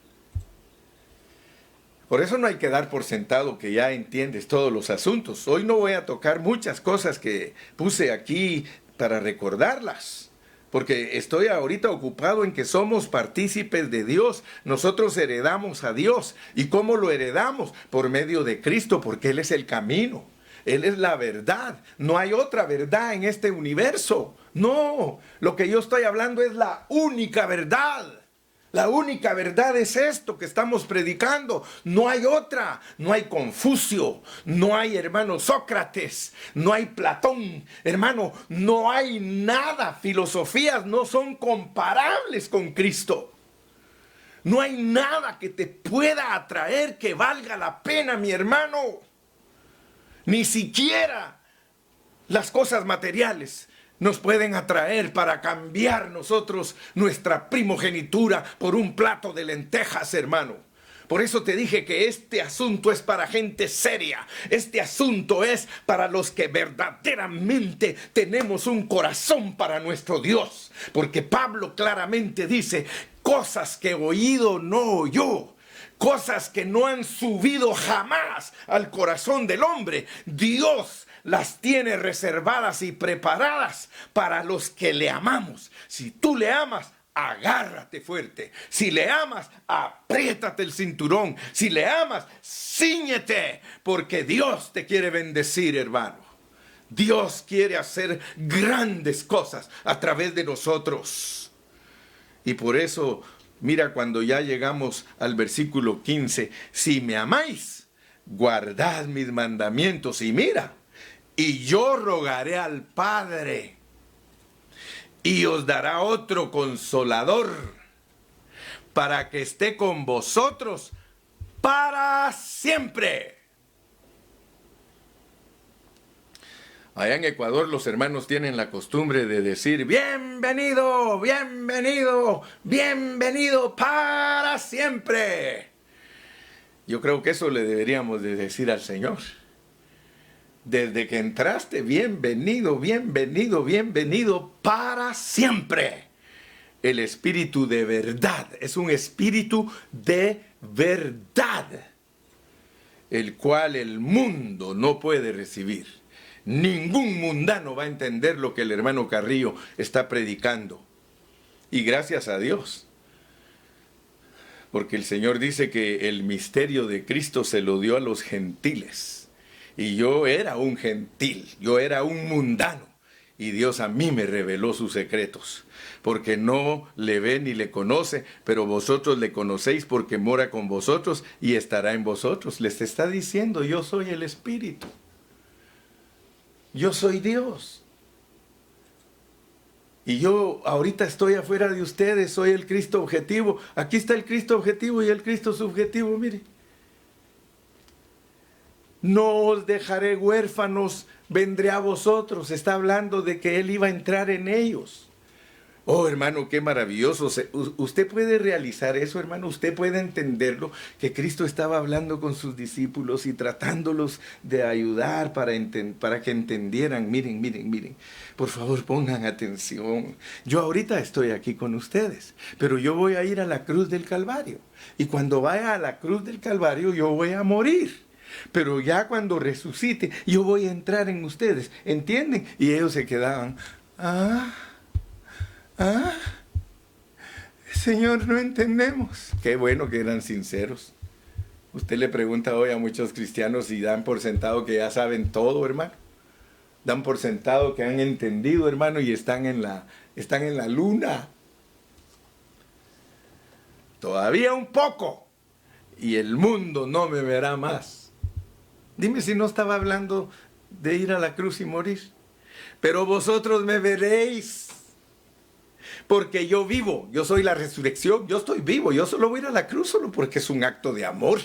Por eso no hay que dar por sentado que ya entiendes todos los asuntos. Hoy no voy a tocar muchas cosas que puse aquí para recordarlas, porque estoy ahorita ocupado en que somos partícipes de Dios. Nosotros heredamos a Dios. ¿Y cómo lo heredamos? Por medio de Cristo, porque Él es el camino. Él es la verdad. No hay otra verdad en este universo. No, lo que yo estoy hablando es la única verdad. La única verdad es esto que estamos predicando. No hay otra. No hay Confucio. No hay, hermano, Sócrates. No hay Platón. Hermano, no hay nada. Filosofías no son comparables con Cristo. No hay nada que te pueda atraer que valga la pena, mi hermano. Ni siquiera las cosas materiales nos pueden atraer para cambiar nosotros nuestra primogenitura por un plato de lentejas, hermano. Por eso te dije que este asunto es para gente seria. Este asunto es para los que verdaderamente tenemos un corazón para nuestro Dios. Porque Pablo claramente dice, cosas que oído no oyó, cosas que no han subido jamás al corazón del hombre, Dios las tiene reservadas y preparadas para los que le amamos. Si tú le amas, agárrate fuerte. Si le amas, apriétate el cinturón. Si le amas, cíñete, porque Dios te quiere bendecir, hermano. Dios quiere hacer grandes cosas a través de nosotros. Y por eso, mira, cuando ya llegamos al versículo 15, si me amáis, guardad mis mandamientos. Y mira, y yo rogaré al Padre, y os dará otro consolador, para que esté con vosotros para siempre. Allá en Ecuador los hermanos tienen la costumbre de decir, bienvenido, bienvenido, bienvenido para siempre. Yo creo que eso le deberíamos de decir al Señor. Desde que entraste, bienvenido, bienvenido, bienvenido para siempre. El espíritu de verdad es un espíritu de verdad, el cual el mundo no puede recibir. Ningún mundano va a entender lo que el hermano Carrillo está predicando. Y gracias a Dios, porque el Señor dice que el misterio de Cristo se lo dio a los gentiles. Y yo era un gentil, yo era un mundano. Y Dios a mí me reveló sus secretos, porque no le ve ni le conoce, pero vosotros le conocéis porque mora con vosotros y estará en vosotros. Les está diciendo, yo soy el Espíritu. Yo soy Dios. Y yo ahorita estoy afuera de ustedes, soy el Cristo objetivo. Aquí está el Cristo objetivo y el Cristo subjetivo, mire. No os dejaré huérfanos, vendré a vosotros. Está hablando de que Él iba a entrar en ellos. Oh, hermano, qué maravilloso. Usted puede realizar eso, hermano. Usted puede entenderlo, que Cristo estaba hablando con sus discípulos y tratándolos de ayudar para que entendieran. Miren, miren, miren. Por favor, pongan atención. Yo ahorita estoy aquí con ustedes, pero yo voy a ir a la cruz del Calvario. Y cuando vaya a la cruz del Calvario, yo voy a morir. Pero ya cuando resucite, yo voy a entrar en ustedes. ¿Entienden? Y ellos se quedaban, Señor, no entendemos. Qué bueno que eran sinceros. Usted le pregunta hoy a muchos cristianos y dan por sentado que ya saben todo, hermano. Dan por sentado que han entendido, hermano, y están en la luna. Todavía un poco, y el mundo no me verá más. Dime si no estaba hablando de ir a la cruz y morir. Pero vosotros me veréis. Porque yo vivo, yo soy la resurrección, yo estoy vivo, yo solo voy a ir a la cruz solo porque es un acto de amor.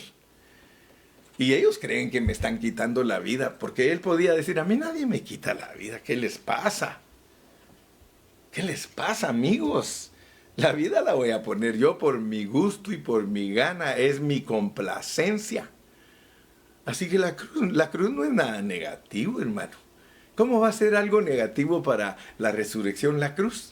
Y ellos creen que me están quitando la vida, porque Él podía decir, a mí nadie me quita la vida, ¿qué les pasa? ¿Qué les pasa, amigos? La vida la voy a poner yo por mi gusto y por mi gana, es mi complacencia. Así que la cruz no es nada negativo, hermano. ¿Cómo va a ser algo negativo para la resurrección la cruz?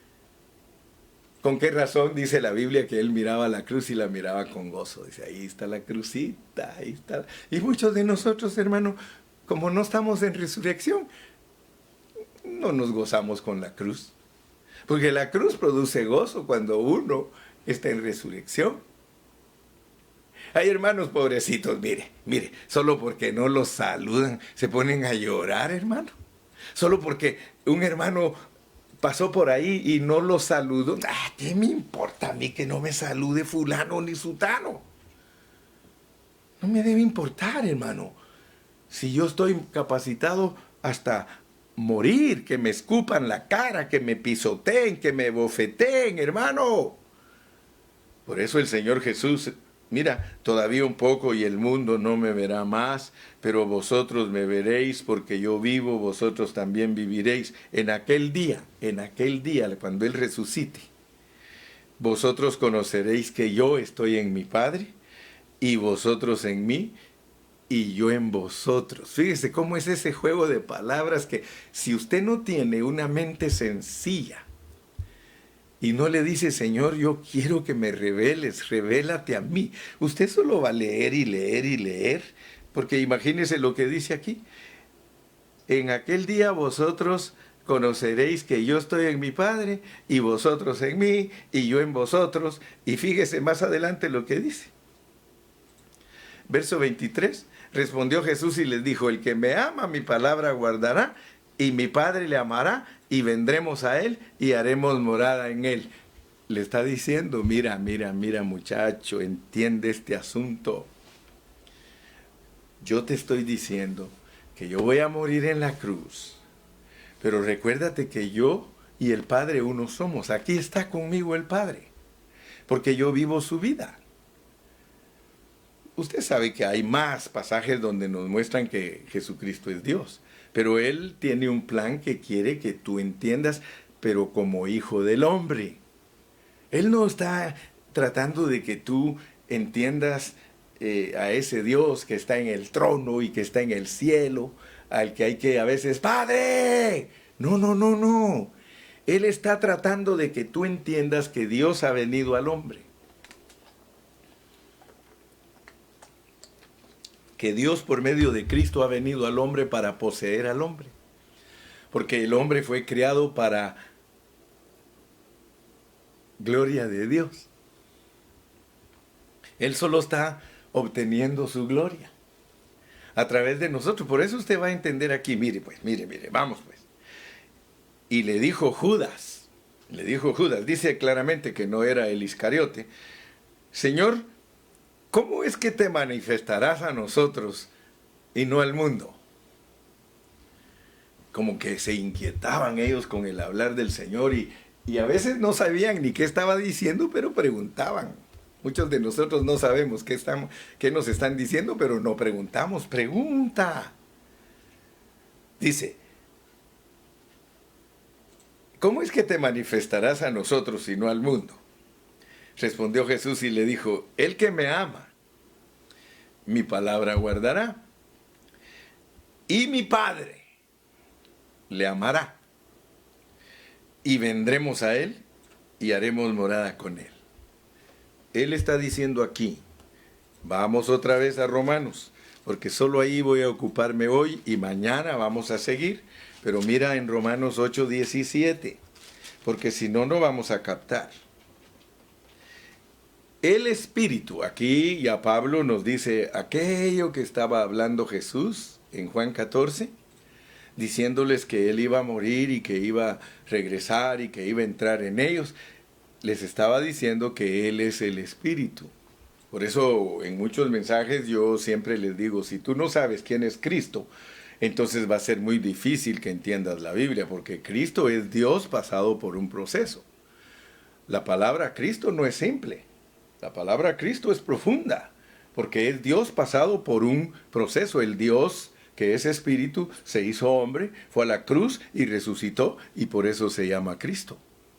¿Con qué razón dice la Biblia que Él miraba la cruz y la miraba con gozo? Dice, ahí está la crucita, ahí está. Y muchos de nosotros, hermano, como no estamos en resurrección, no nos gozamos con la cruz. Porque la cruz produce gozo cuando uno está en resurrección. Hay hermanos pobrecitos, mire, solo porque no los saludan, se ponen a llorar, hermano. Solo porque un hermano pasó por ahí y no los saludó. ¿Qué me importa a mí que no me salude fulano ni sutano? No me debe importar, hermano. Si yo estoy capacitado hasta morir, que me escupan la cara, que me pisoteen, que me bofeteen, hermano. Por eso el Señor Jesús... Mira, todavía un poco y el mundo no me verá más, pero vosotros me veréis porque yo vivo, vosotros también viviréis. En aquel día, cuando Él resucite, vosotros conoceréis que yo estoy en mi Padre y vosotros en mí y yo en vosotros. Fíjese cómo es ese juego de palabras que si usted no tiene una mente sencilla, y no le dice, Señor, yo quiero que me reveles, revélate a mí. Usted solo va a leer y leer y leer, porque imagínese lo que dice aquí. En aquel día vosotros conoceréis que yo estoy en mi Padre, y vosotros en mí, y yo en vosotros. Y fíjese más adelante lo que dice. Verso 23, respondió Jesús y les dijo, el que me ama mi palabra guardará, y mi Padre le amará, y vendremos a Él y haremos morada en Él. Le está diciendo, mira muchacho, entiende este asunto. Yo te estoy diciendo que yo voy a morir en la cruz, pero recuérdate que yo y el Padre uno somos. Aquí está conmigo el Padre, porque yo vivo su vida. Usted sabe que hay más pasajes donde nos muestran que Jesucristo es Dios. Pero Él tiene un plan que quiere que tú entiendas, pero como hijo del hombre. Él no está tratando de que tú entiendas a ese Dios que está en el trono y que está en el cielo, al que hay que a veces, ¡Padre! No. Él está tratando de que tú entiendas que Dios ha venido al hombre. Que Dios por medio de Cristo ha venido al hombre para poseer al hombre. Porque el hombre fue creado para gloria de Dios. Él solo está obteniendo su gloria a través de nosotros. Por eso usted va a entender aquí, mire, vamos pues. Y le dijo Judas, dice claramente que no era el Iscariote: Señor, ¿cómo es que te manifestarás a nosotros y no al mundo? Como que se inquietaban ellos con el hablar del Señor y a veces no sabían ni qué estaba diciendo, pero preguntaban. Muchos de nosotros no sabemos qué nos están diciendo, pero no preguntamos. Pregunta. Dice: ¿cómo es que te manifestarás a nosotros y no al mundo? Respondió Jesús y le dijo: el que me ama, mi palabra guardará, y mi Padre le amará, y vendremos a él y haremos morada con él. Él está diciendo aquí, vamos otra vez a Romanos, porque solo ahí voy a ocuparme hoy y mañana vamos a seguir, pero mira en Romanos 8:17, porque si no, no vamos a captar. El Espíritu, aquí ya Pablo nos dice aquello que estaba hablando Jesús en Juan 14, diciéndoles que él iba a morir y que iba a regresar y que iba a entrar en ellos. Les estaba diciendo que Él es el Espíritu. Por eso en muchos mensajes yo siempre les digo, si tú no sabes quién es Cristo, entonces va a ser muy difícil que entiendas la Biblia, porque Cristo es Dios pasado por un proceso. La palabra Cristo no es simple, la palabra Cristo es profunda, porque es Dios pasado por un proceso. El Dios que es Espíritu se hizo hombre, fue a la cruz y resucitó, y por eso se llama Cristo.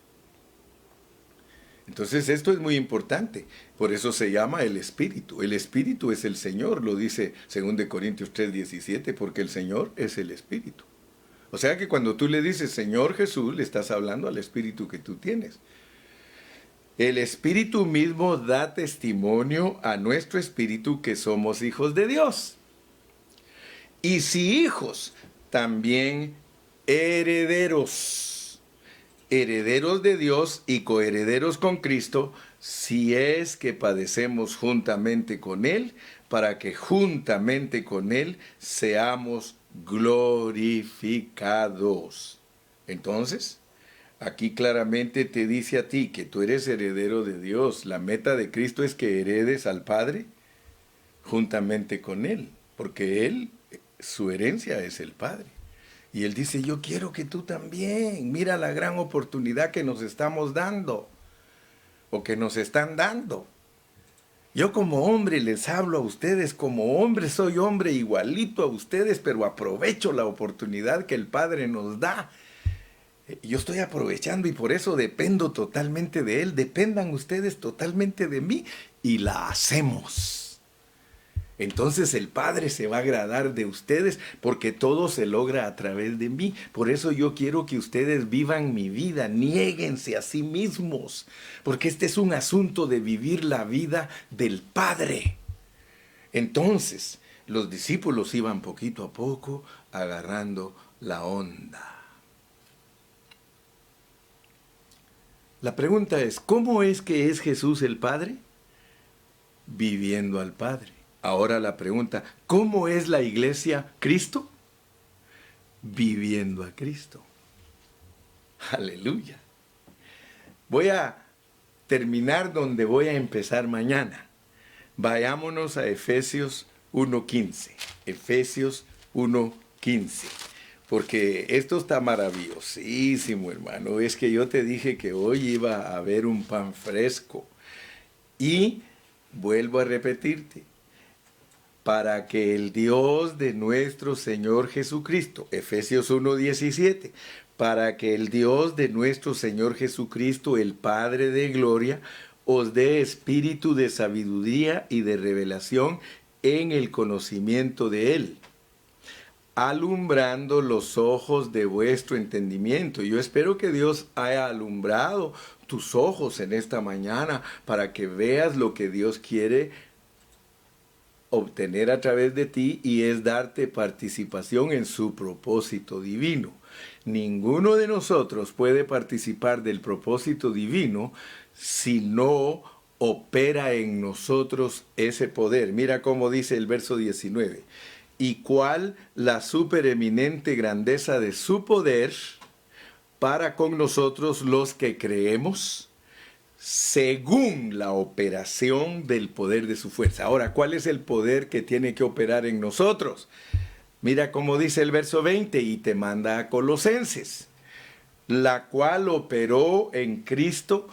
Entonces esto es muy importante, por eso se llama el Espíritu. El Espíritu es el Señor, lo dice 2 Corintios 3:17, porque el Señor es el Espíritu. O sea que cuando tú le dices Señor Jesús, le estás hablando al Espíritu que tú tienes. El Espíritu mismo da testimonio a nuestro espíritu que somos hijos de Dios. Y si hijos, también herederos. Herederos de Dios y coherederos con Cristo, si es que padecemos juntamente con Él, para que juntamente con Él seamos glorificados. Entonces, aquí claramente te dice a ti que tú eres heredero de Dios. La meta de Cristo es que heredes al Padre juntamente con Él, porque Él, su herencia es el Padre. Y Él dice, yo quiero que tú también. Mira la gran oportunidad que nos estamos dando, o que nos están dando. Yo como hombre les hablo a ustedes, como hombre soy hombre igualito a ustedes, pero aprovecho la oportunidad que el Padre nos da. Yo estoy aprovechando y por eso dependo totalmente de Él. Dependan ustedes totalmente de mí y la hacemos. Entonces el Padre se va a agradar de ustedes porque todo se logra a través de mí. Por eso yo quiero que ustedes vivan mi vida, niéguense a sí mismos, porque este es un asunto de vivir la vida del Padre. Entonces los discípulos iban poquito a poco agarrando la onda. La pregunta es, ¿cómo es que es Jesús el Padre? Viviendo al Padre. Ahora la pregunta, ¿cómo es la iglesia Cristo? Viviendo a Cristo. Aleluya. Voy a terminar donde voy a empezar mañana. Vayámonos a Efesios 1:15. Efesios 1:15. Porque esto está maravillosísimo, hermano. Es que yo te dije que hoy iba a haber un pan fresco. Y vuelvo a repetirte. Para que el Dios de nuestro Señor Jesucristo, Efesios 1:17, para que el Dios de nuestro Señor Jesucristo, el Padre de gloria, os dé espíritu de sabiduría y de revelación en el conocimiento de Él, alumbrando los ojos de vuestro entendimiento. Yo espero que Dios haya alumbrado tus ojos en esta mañana para que veas lo que Dios quiere obtener a través de ti, y es darte participación en su propósito divino. Ninguno de nosotros puede participar del propósito divino si no opera en nosotros ese poder. Mira cómo dice el verso 19. Y cuál la supereminente grandeza de su poder para con nosotros los que creemos, según la operación del poder de su fuerza. Ahora, ¿cuál es el poder que tiene que operar en nosotros? Mira cómo dice el verso 20, y te manda a Colosenses, la cual operó en Cristo,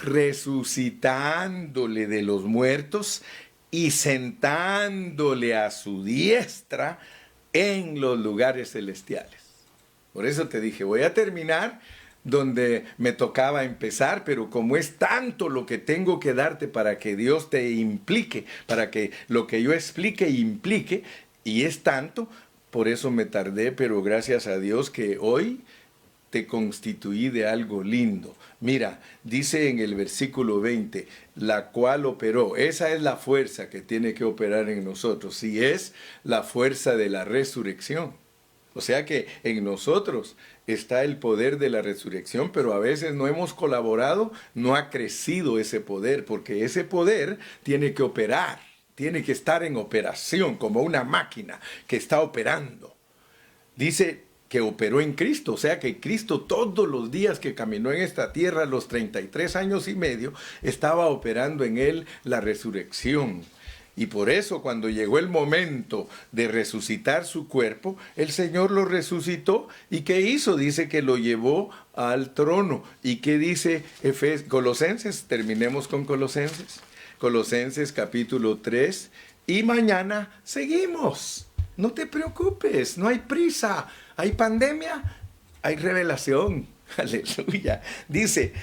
resucitándole de los muertos y sentándole a su diestra en los lugares celestiales. Por eso te dije, voy a terminar donde me tocaba empezar, pero como es tanto lo que tengo que darte para que Dios te implique, para que lo que yo explique implique, y es tanto, por eso me tardé, pero gracias a Dios que hoy te constituí de algo lindo. Mira, dice en el versículo 20, la cual operó. Esa es la fuerza que tiene que operar en nosotros, y es la fuerza de la resurrección. O sea que en nosotros está el poder de la resurrección, pero a veces no hemos colaborado, no ha crecido ese poder, porque ese poder tiene que operar, tiene que estar en operación, como una máquina que está operando. Dice que operó en Cristo, o sea que Cristo todos los días que caminó en esta tierra, los 33 años y medio, estaba operando en él la resurrección. Y por eso cuando llegó el momento de resucitar su cuerpo, el Señor lo resucitó. ¿Y qué hizo? Dice que lo llevó al trono. ¿Y qué dice Colosenses? Terminemos con Colosenses. Colosenses capítulo 3. Y mañana seguimos. No te preocupes, no hay prisa. Hay pandemia, hay revelación. Aleluya. Dice,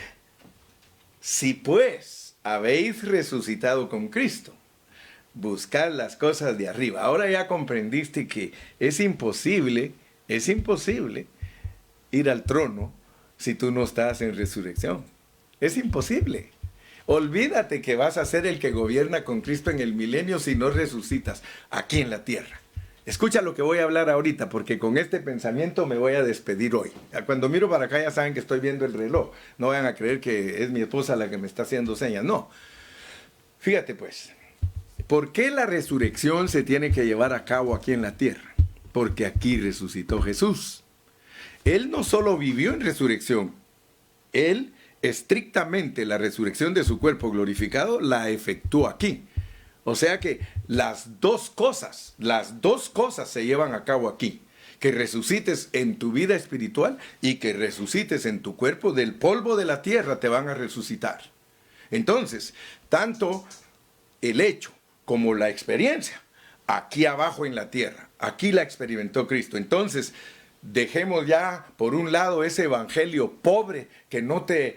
si pues habéis resucitado con Cristo, buscar las cosas de arriba. Ahora ya comprendiste que es imposible ir al trono si tú no estás en resurrección. Es imposible. Olvídate que vas a ser el que gobierna con Cristo en el milenio si no resucitas aquí en la tierra. Escucha lo que voy a hablar ahorita, porque con este pensamiento me voy a despedir hoy. Cuando miro para acá ya saben que estoy viendo el reloj. No vayan a creer que es mi esposa la que me está haciendo señas. No. Fíjate pues. ¿Por qué la resurrección se tiene que llevar a cabo aquí en la tierra? Porque aquí resucitó Jesús. Él no solo vivió en resurrección, Él estrictamente la resurrección de su cuerpo glorificado la efectuó aquí. O sea que las dos cosas se llevan a cabo aquí. Que resucites en tu vida espiritual y que resucites en tu cuerpo, del polvo de la tierra te van a resucitar. Entonces, tanto el hecho como la experiencia, aquí abajo en la tierra, aquí la experimentó Cristo. Entonces, dejemos ya por un lado ese evangelio pobre que no te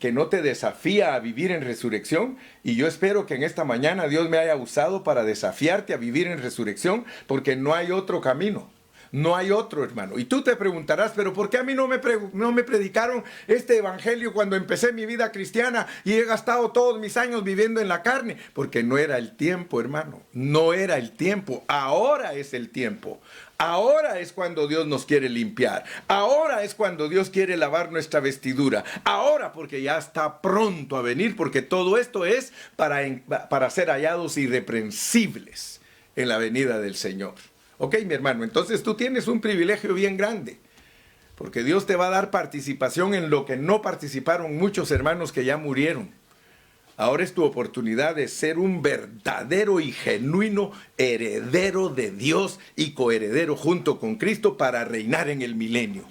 desafía a vivir en resurrección, y yo espero que en esta mañana Dios me haya usado para desafiarte a vivir en resurrección, porque no hay otro camino. No hay otro, hermano. Y tú te preguntarás, pero ¿por qué a mí no me predicaron este evangelio cuando empecé mi vida cristiana y he gastado todos mis años viviendo en la carne? Porque no era el tiempo, hermano. No era el tiempo. Ahora es el tiempo. Ahora es cuando Dios nos quiere limpiar. Ahora es cuando Dios quiere lavar nuestra vestidura. Ahora, porque ya está pronto a venir, porque todo esto es para ser hallados irreprensibles en la venida del Señor. Ok, mi hermano, entonces tú tienes un privilegio bien grande, porque Dios te va a dar participación en lo que no participaron muchos hermanos que ya murieron. Ahora es tu oportunidad de ser un verdadero y genuino heredero de Dios y coheredero junto con Cristo para reinar en el milenio.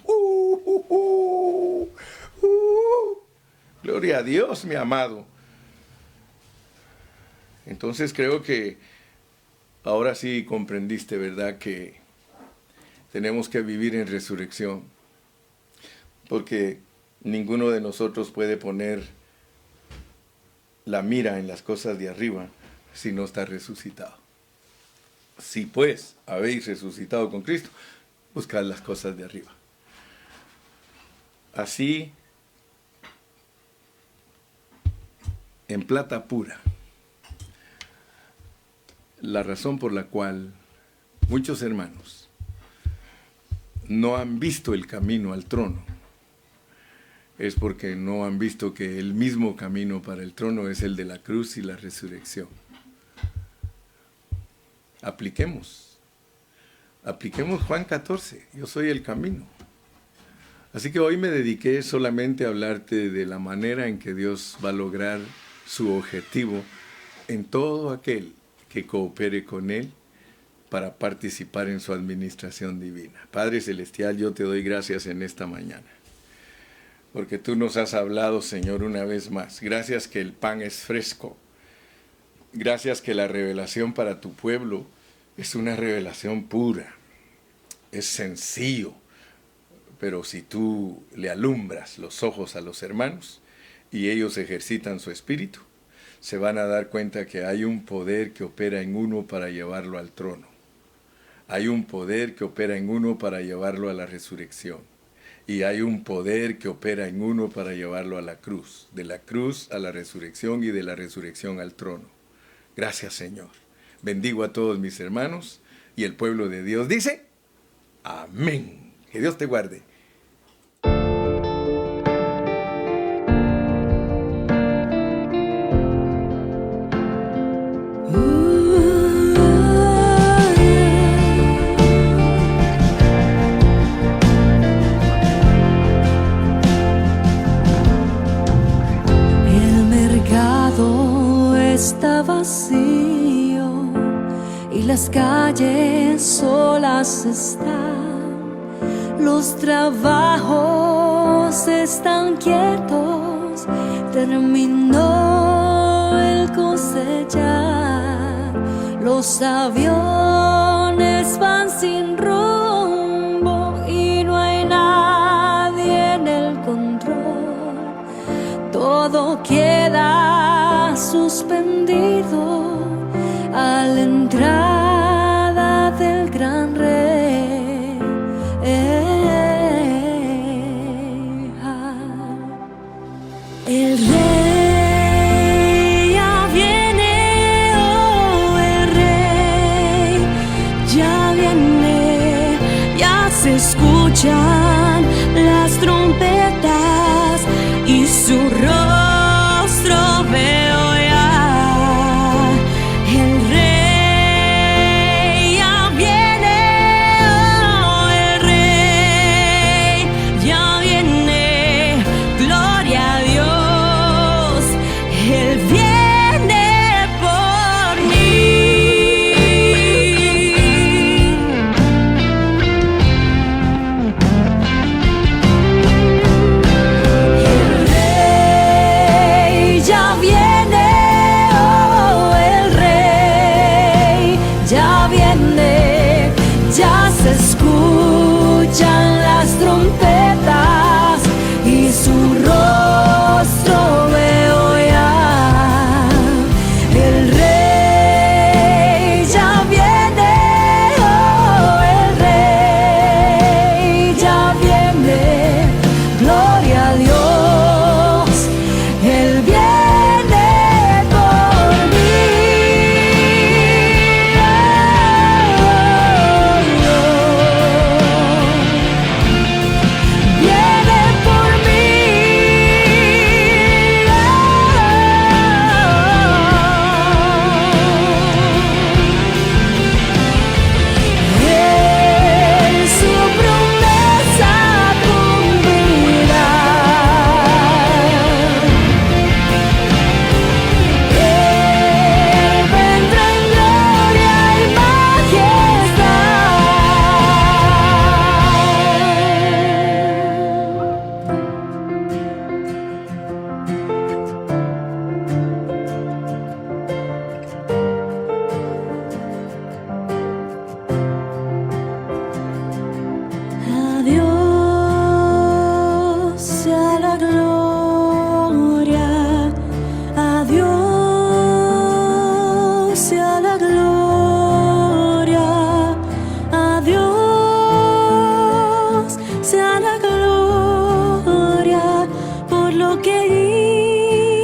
Gloria a Dios, mi amado. Entonces creo que ahora sí comprendiste, ¿verdad?, que tenemos que vivir en resurrección, porque ninguno de nosotros puede poner la mira en las cosas de arriba si no está resucitado. Si pues habéis resucitado con Cristo, buscad las cosas de arriba. Así, en plata pura, la razón por la cual muchos hermanos no han visto el camino al trono, es porque no han visto que el mismo camino para el trono es el de la cruz y la resurrección. Apliquemos Juan 14, yo soy el camino. Así que hoy me dediqué solamente a hablarte de la manera en que Dios va a lograr su objetivo en todo aquel que coopere con Él para participar en su administración divina. Padre Celestial, yo te doy gracias en esta mañana, porque tú nos has hablado, Señor, una vez más. Gracias que el pan es fresco. Gracias que la revelación para tu pueblo es una revelación pura. Es sencillo. Pero si tú le alumbras los ojos a los hermanos y ellos ejercitan su espíritu, se van a dar cuenta que hay un poder que opera en uno para llevarlo al trono. Hay un poder que opera en uno para llevarlo a la resurrección. Y hay un poder que opera en uno para llevarlo a la cruz. De la cruz a la resurrección y de la resurrección al trono. Gracias, Señor. Bendigo a todos mis hermanos y el pueblo de Dios dice, amén. Que Dios te guarde. Está vacío y las calles solas están, los trabajos están quietos, terminó el cosechar, los aviones van sin rumbo y no hay nadie en el control, todo queda suspendido a la entrada del gran rey. El rey ya viene, oh, el rey ya viene, ya se escuchan las trompetas y su rostro veo.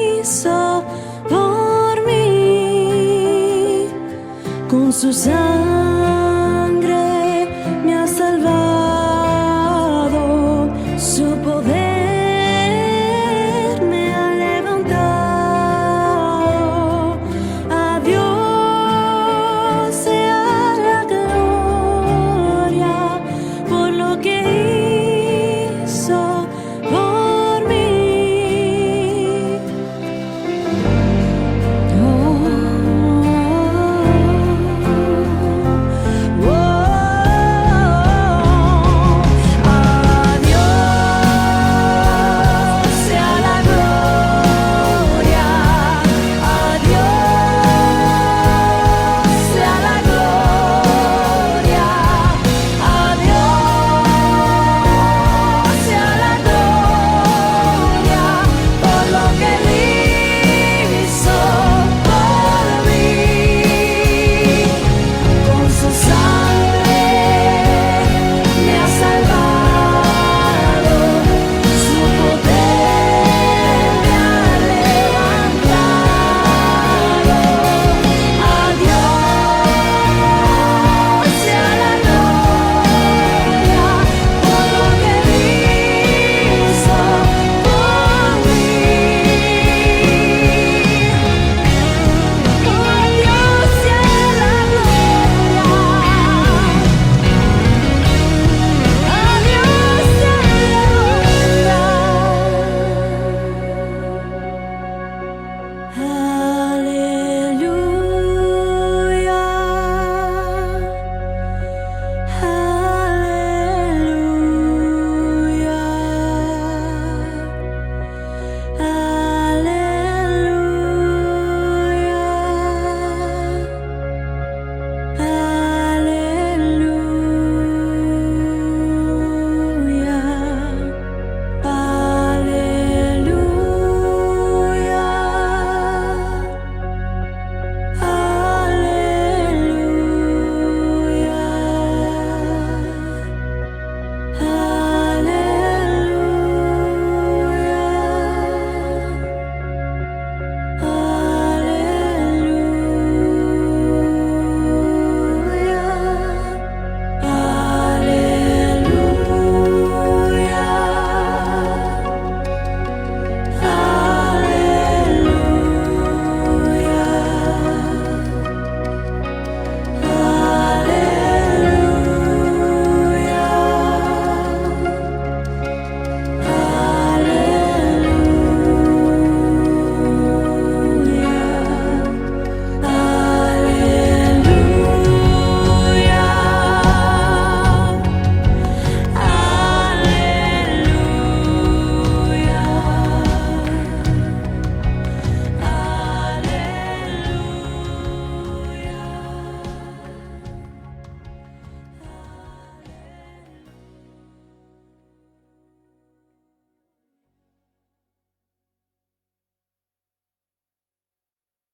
Sus